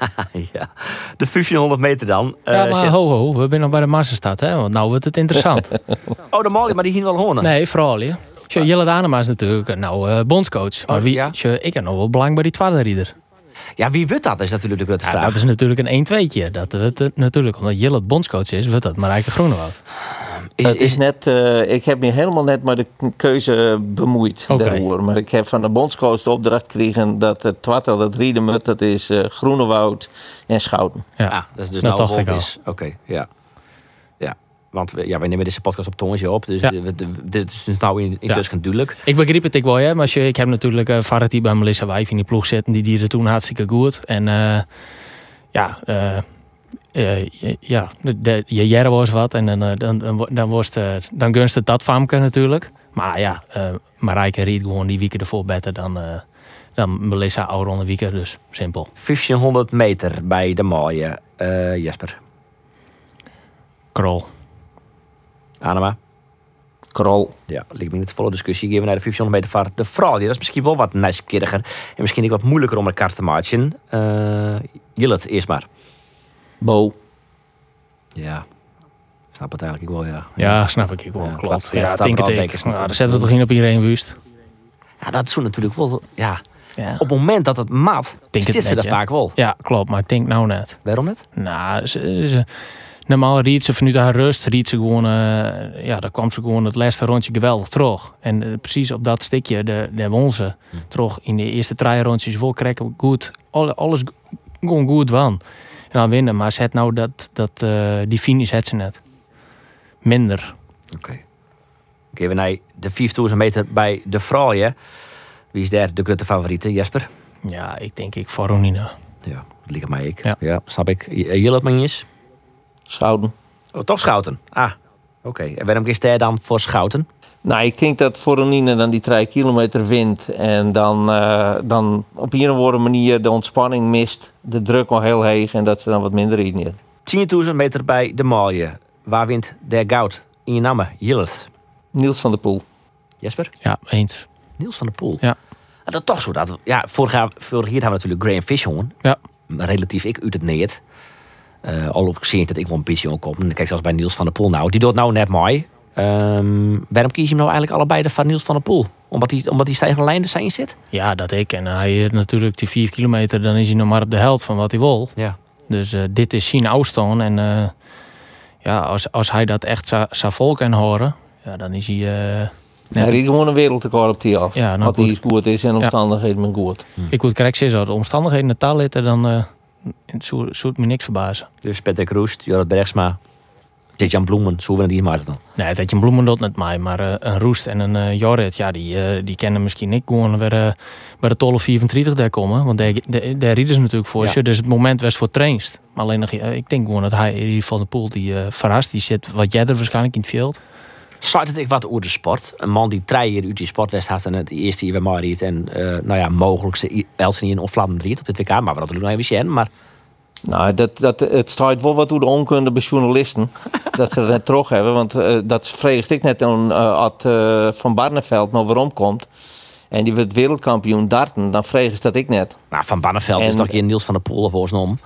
Ja, de vijftienhonderd meter dan. Ja, uh, maar shit. ho ho, we zijn nog bij de Massastad, hè? Want nou wordt het interessant. Oh, de Molly, maar die ging wel horen. Nee, vooral ja. Tjo, Jelle Danema is natuurlijk nou uh, bondscoach. Maar wie, ja. tjo, ik heb nog wel belang bij die tweede rieder. Ja, wie wordt dat is natuurlijk de grote ja, vraag. Dat is natuurlijk een een-tweetje. Dat wordt natuurlijk, omdat Jelle het bondscoach is, wordt dat Marijke Groenewoud. Is, het is net, uh, ik heb me helemaal net met de keuze bemoeid. Okay. Daarover. Maar ik heb van de bondscoach de opdracht gekregen dat het twaalfde dat rieden moet, dat is uh, Groenewoud en Schouten. Ja, ah, dat is dus dat nou Wolf is. Oké, okay, ja. Ja. Want we, ja, we nemen deze podcast op tongetje op. Dus ja. dit is dus nou intussen in, duidelijk. Ik begreep het ik wel, hè. Maar als je, ik heb natuurlijk uh, Varati bij Melissa Wijf in die ploeg zitten. Die die er toen hartstikke goed. En uh, ja... Uh, Uh, ja, de, je jaren was wat en dan, dan, dan, dan, was het, dan gunst het dat famke natuurlijk. Maar ja, uh, Marijke riet gewoon die weken ervoor beter dan, uh, dan Melissa oude weken, dus simpel. vijftienhonderd meter bij de mooie uh, Jesper. Krol. Anema. Krol. Ja, lijkt me niet volle discussie. Geven we naar de vijftienhonderd meter vaart. De vrouw, dat is misschien wel wat nieuwsgieriger en misschien ook wat moeilijker om elkaar te maken. Uh, Jillet, eerst maar. Bo. Ja, snap het eigenlijk wel, ja. Ja, snap ik wel, ja, klopt. Ja, ja denk het ik. Nou, daar zetten we toch in op iedereen wust. Ja, dat is natuurlijk wel, ja. ja. Op het moment dat het mat, zit ze er vaak wel. Ja, klopt, maar ik denk nou net. Waarom net? Nou, ze, ze, normaal riet ze vanuit haar rust, riet ze gewoon, uh, ja, daar kwam ze gewoon het laatste rondje geweldig terug. En uh, precies op dat stukje, de, de won ze hm. terug in de eerste drie rondjes vol krijgen goed, alles, alles gewoon goed van. En dan winnen, maar ze het nou dat, dat uh, die finish het ze net. Minder. Oké. Okay. Geven we naar de vijfduizend meter bij de vrouwen. Wie is daar de grote favoriete, Jesper? Ja, ik denk ik Varonina. Ja, dat ligt mij ik. Ja. ja, snap ik. Jillet maar eens? Schouten. Oh, toch Schouten? Ah, oké. Okay. En waarom kiest hij dan voor Schouten? Nou, ik denk dat voor Ronine dan die drie kilometer wint en dan, uh, dan op een of andere manier de ontspanning mist, de druk al heel heeg en dat ze dan wat minder rijden. tienduizend meter bij de Malje. Waar wint der goud? In je namen, Jillert. Niels van der Poel. Jesper? Ja, eens. Niels van der Poel. Ja. En dat toch zo. Dat, ja, vorig jaar, vorig jaar hebben we natuurlijk Graham Fishon. Ja. Relatief ik uit het neet. Uh, al of ik zie dat ik wel een beetje kom. En kijk zelfs bij Niels van der Poel nou. Die doet nou net mooi. Um, waarom kies je hem nou eigenlijk allebei de van Niels van der Poel? Omdat hij omdat die stijgende lijn er zijn zit? Ja, dat ik. En hij heeft natuurlijk die vier kilometer, dan is hij nog maar op de helft van wat hij wil. Ja. Dus uh, dit is zijn afstand. En uh, ja, als, als hij dat echt zou, zou vol kunnen horen, ja, dan is hij... Uh, Net... Hij riep gewoon een wereldrecord op die af. Ja, nou wat goed. hij goed is en omstandigheden ja. goed. Hm. Ik moet correct zeggen, als de omstandigheden in de taal zitten, dan uh, zou het me niks verbazen. Dus Patrick Roest, Jorrit Bergsma, Tetjan Bloemen, zo willen die maar dan? Nee, Tetjan Bloemen doet net mij, maar uh, een Roest en een uh, Jorrit, ja, die, uh, die kennen misschien niet gewoon weer uh, bij de twaalf vierentwintig daar komen. Want daar, daar, daar rieden ze natuurlijk voor. Ja. Dus het moment was voor trainst. Maar alleen nog, uh, ik denk gewoon dat hij in ieder geval de Poel die uh, verrast, die zit wat jij er waarschijnlijk in het veld. Zat het ik wat over de sport? Een man die drie jaar uit die sportwest had en het eerste jaar bij mij riet en uh, nou ja, mogelijk Elsen of Vlaanderen riet op dit W K, maar we hadden nog even zien, maar... Nou, dat, dat, het staat wel wat hoe de onkunde bij journalisten. dat ze dat net terug hebben. Want uh, dat vreeg ik net toen uh, at, uh, Van Barneveld nog waarom komt. En die werd wereldkampioen darten. Dan vreeg ze dat ik net. Nou, Van Barneveld is toch geen Niels van der Poel of oorsnom?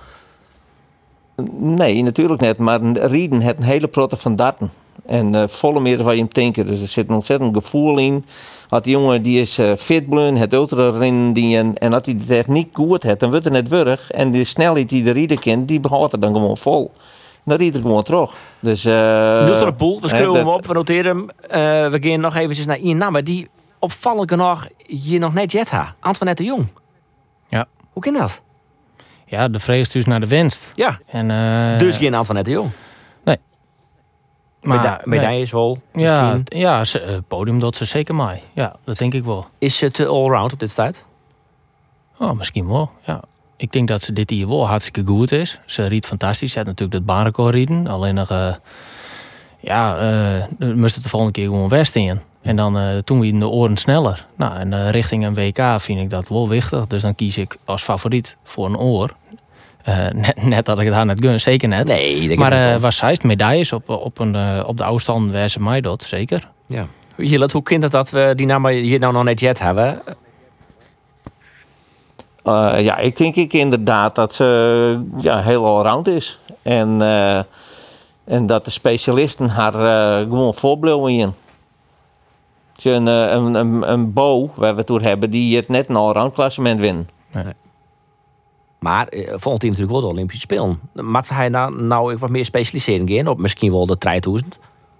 Nee, natuurlijk net. Maar Rieden heeft een hele protte van darten. En uh, volle meer waar je hem denken. Dus er zit een ontzettend gevoel in. Had die jongen die is uh, fit blun, het ultra-rennen die en, en had hij de techniek goed heeft, dan wordt het net wurg. En de snelheid die de rieder kent, die behoudt er dan gewoon vol. Dan riet er gewoon terug. Dus, uh, Niels van der Poel, we schreeuwen hem dat... op, we noteren hem. Uh, we gaan nog eventjes naar Ian Namme, die opvallend genoeg je nog net jet ha. Antoinette de Jong. Ja. Hoe kan dat? Ja, de vrees dus naar de winst. Ja. En, uh, dus geen Antoinette de Jong. Maar, Meda- medailles nee. wel. Ja, ja ze, uh, podium dat ze zeker mij. Ja, dat denk ik wel. Is ze te allround op dit tijd? Oh, misschien wel, ja. Ik denk dat ze dit hier wel hartstikke goed is. Ze riet fantastisch. Ze had natuurlijk dat baanrecord rieden. Alleen nog, uh, ja, uh, moest het de volgende keer gewoon west in. En dan uh, toen we in de oren sneller. Nou, en uh, richting een W K vind ik dat wel wichtig. Dus dan kies ik als favoriet voor een oor. Uh, net, net dat ik het haar net gun, zeker net. Nee, denk maar uh, uh, was zij medailles op, op, een, uh, op de afstand waar ze mij dat, zeker. Ja. Jillet, hoe kind het dat we die naam hier nou nog net jet hebben? Uh, ja, ik denk ik inderdaad dat ze ja, heel allround is. En, uh, en dat de specialisten haar uh, gewoon voorblijven in. Als je een, een, een, een Bo, waar we het door hebben, die het net een allround klassement winnen. Nee. Maar uh, volgend jaar natuurlijk wel de Olympische Spelen. Maar hij nou, nou wat meer specialiseren gaan op misschien wel de drieduizend?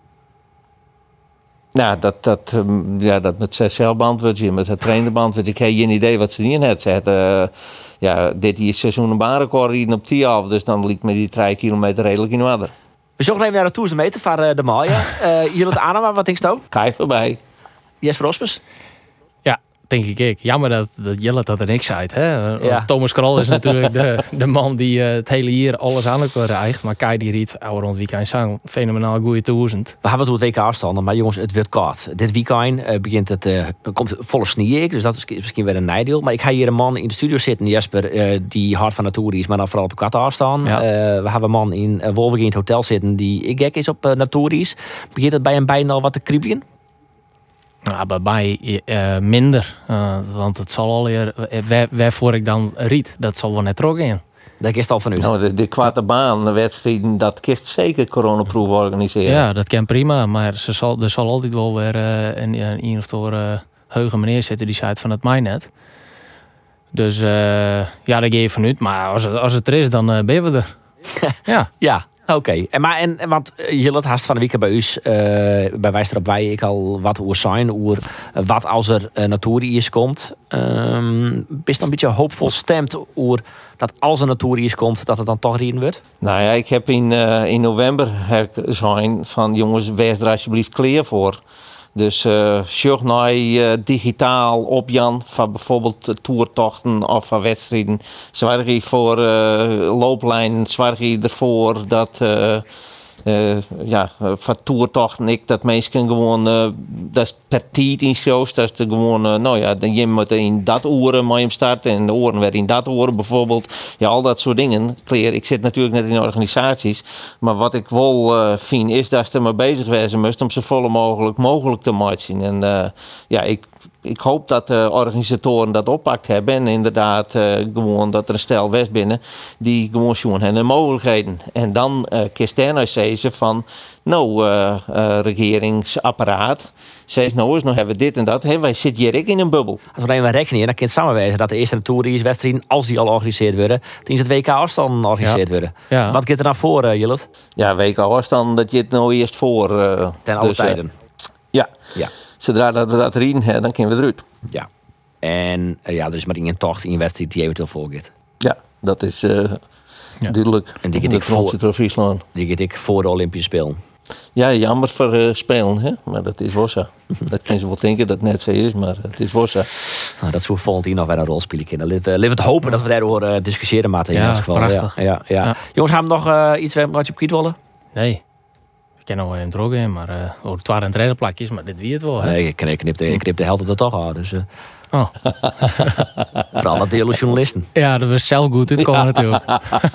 Nou, dat, dat, um, ja, dat met zelf beantwoord je, met het trainerband, want ik heb geen idee wat ze niet net zetten. Uh, ja, dit hier seizoen een baanrecord rieden op tien af, dus dan liep me die drie kilometer redelijk in orde. We zoeken even naar de duizend meter van uh, de Maya. Uh, Jillet Anema, wat denk je nou? Kai voorbij. Jesper Rospers? Ja, denk ik ik. Jammer dat, dat Jelle dat er niks zei. Hè? Ja. Thomas Krol is natuurlijk de, de man die uh, het hele jaar alles aan elkaar rijgt. Maar Kai die riet oude rond weekend zijn fenomenaal goede duizend. We hebben het over het W K afstanden, maar jongens, het wordt koud. Dit weekend uh, begint het, uh, komt volle sneeuw, dus dat is misschien weer een nadeel. Maar ik ga hier een man in de studio zitten, Jesper, uh, die hard van nature is, maar dan vooral op de katten afstaan. Ja. Uh, we hebben een man in uh, Wolvergem in het hotel zitten die gek is op uh, nature is. Begint het bij hem bijna al wat te kriebelen? Nou, bij mij uh, minder. Uh, want het zal alweer, waar, waarvoor ik dan riet, dat zal wel net trok in. Dat is al van u. Nou, de, de kwarte baan, de wedstrijden, dat kist zeker coronaproef organiseren. Ja, dat kan prima. Maar ze zal, er zal altijd wel weer uh, een, een, een of andere uh, heugen meneer zitten die zei van het mij net. Dus uh, ja, dat geef je vanuit. Maar als het, als het er is, dan uh, ben we er. Ja. Ja. Oké, okay. en, maar en want Jillet haast van de week bij u, uh, bij wijs erop wij ik al wat oer zijn, oer uh, wat als er uh, Naturius komt. Um, is dan een beetje hoopvol stemt oer dat als er Naturius komt, dat het dan toch rieden wordt? Nou ja, ik heb in, uh, in november zijn van jongens, wees er alsjeblieft klaar voor. Dus uh, zorg naar uh, digitaal op Jan van bijvoorbeeld toertochten of van wedstrijden. Zorg je voor uh, looplijnen, zorg je ervoor dat, uh, Uh, ja, van toertochten, ik dat mensen gewoon, uh, dat is per tijd in shows, dat is de gewoon, uh, nou ja, je moet in dat oren met hem starten en de oren weer in dat oren bijvoorbeeld. Ja, al dat soort dingen. Kleer, ik zit natuurlijk net in organisaties, maar wat ik wel uh, vind is dat ze er maar bezig wezen moest om zo volle mogelijk mogelijk te maken. En uh, ja, ik Ik hoop dat de organisatoren dat oppakt hebben. En inderdaad uh, gewoon dat er een stel west binnen die gewoon zien hebben de mogelijkheden. En dan uh, kiest er nou zeggen van, nou uh, uh, regeringsapparaat, zeg nou eens, nou hebben we dit en dat. Hey, wij zitten hier ook in een bubbel. Als we alleen maar rekenen, dan kan het samenwijzen dat de eerste toerrieswedstrijden, als die al georganiseerd worden, dan is het W K afstand georganiseerd Ja. worden. Ja. Wat gaat er dan voor, uh, Jillet? Ja, W K afstand dat je het nou eerst voor. Uh, Ten alle dus, uh, tijden. ja. Ja. Zodra dat we dat erin hebben, dan kunnen we eruit. Ja. En uh, ja, er is maar één tocht in een wedstrijd die eventueel voorgaat. Ja, dat is uh, Ja. duidelijk. En die gaat de ik voor- Transit Friesland. Die gaat ik voor de Olympische Spelen. Ja, jammer voor uh, spelen, hè? Maar dat is Wossa. Dat kun je wel denken dat het net zo is, maar het is Wossa. Nou, dat zou volgend jaar nog wel een rol spelen kunnen. Laten we het hopen dat we daarover uh, discussiëren maken. In Ja, elk geval. prachtig. Ja, ja, ja. Ja. Jongens, gaan we nog uh, iets wat je op kwijt willen? Nee. Ik ken nog wel een drogen, maar uh, over het waren en treden plakjes, maar dit wie het wel. Hè? Nee, ik, ik, knip de, ik knip de helft er toch aan. Dus, uh, Oh. vooral wat delen journalisten. Ja, dat was zelf goed uitkomen natuurlijk.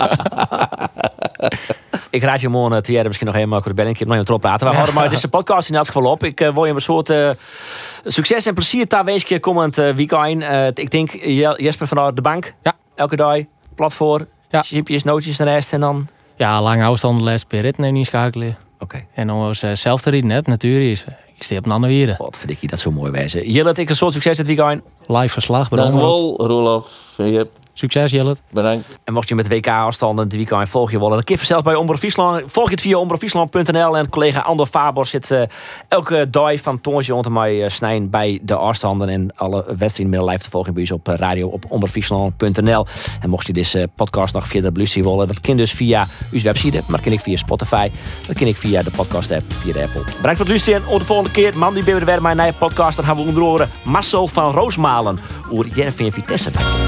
Ik raad je morgen, Thierry, misschien nog eenmaal voor de belling. Ik heb nog even erop praten. We houden maar deze podcast in elk geval op. Ik uh, wil je een soort uh, succes en plezier daar wezen komend uh, weekend. Uh, ik denk uh, Jesper vanuit de bank. Ja. Elke dag. Plat voor. Ja. Chipjes, nootjes en de rest. En dan... Ja, lange afstanden les per rit neem niet schakelen. Oké. En dan was uh, zelf te rijden, net natuurlijk. Ik steek op een andere wieren. Wat vind ik dat zo mooi wijzen. Jillet, ik een soort succes dit weekend. Live verslag. Dank bedankt. wel, Roelof. Je hebt Succes, Jillet. bedankt. En mocht je met W K-afstanden het weekend volg je willen, dan kun je zelf bij Omroep Friesland. Volg je het via omroep friesland punt n l. En collega Andor Faber zit uh, elke dag van Toonsje onder mij uh, snijden bij de afstanden. En alle wedstrijden met live te volgen bij ons op uh, radio op omroep friesland punt n l. En mocht je deze uh, podcast nog via de beluistering willen, dat kan dus via uw website. Maar dat kan ik via Spotify. Dat kan ik via de podcast app, via de Apple. Bedankt voor het luisteren. Tot de volgende keer. Man, die ben weer bij mijn nieuwe podcast. Dan gaan we onder andere Marcel van Roosmalen. Over Jervin Vitesse.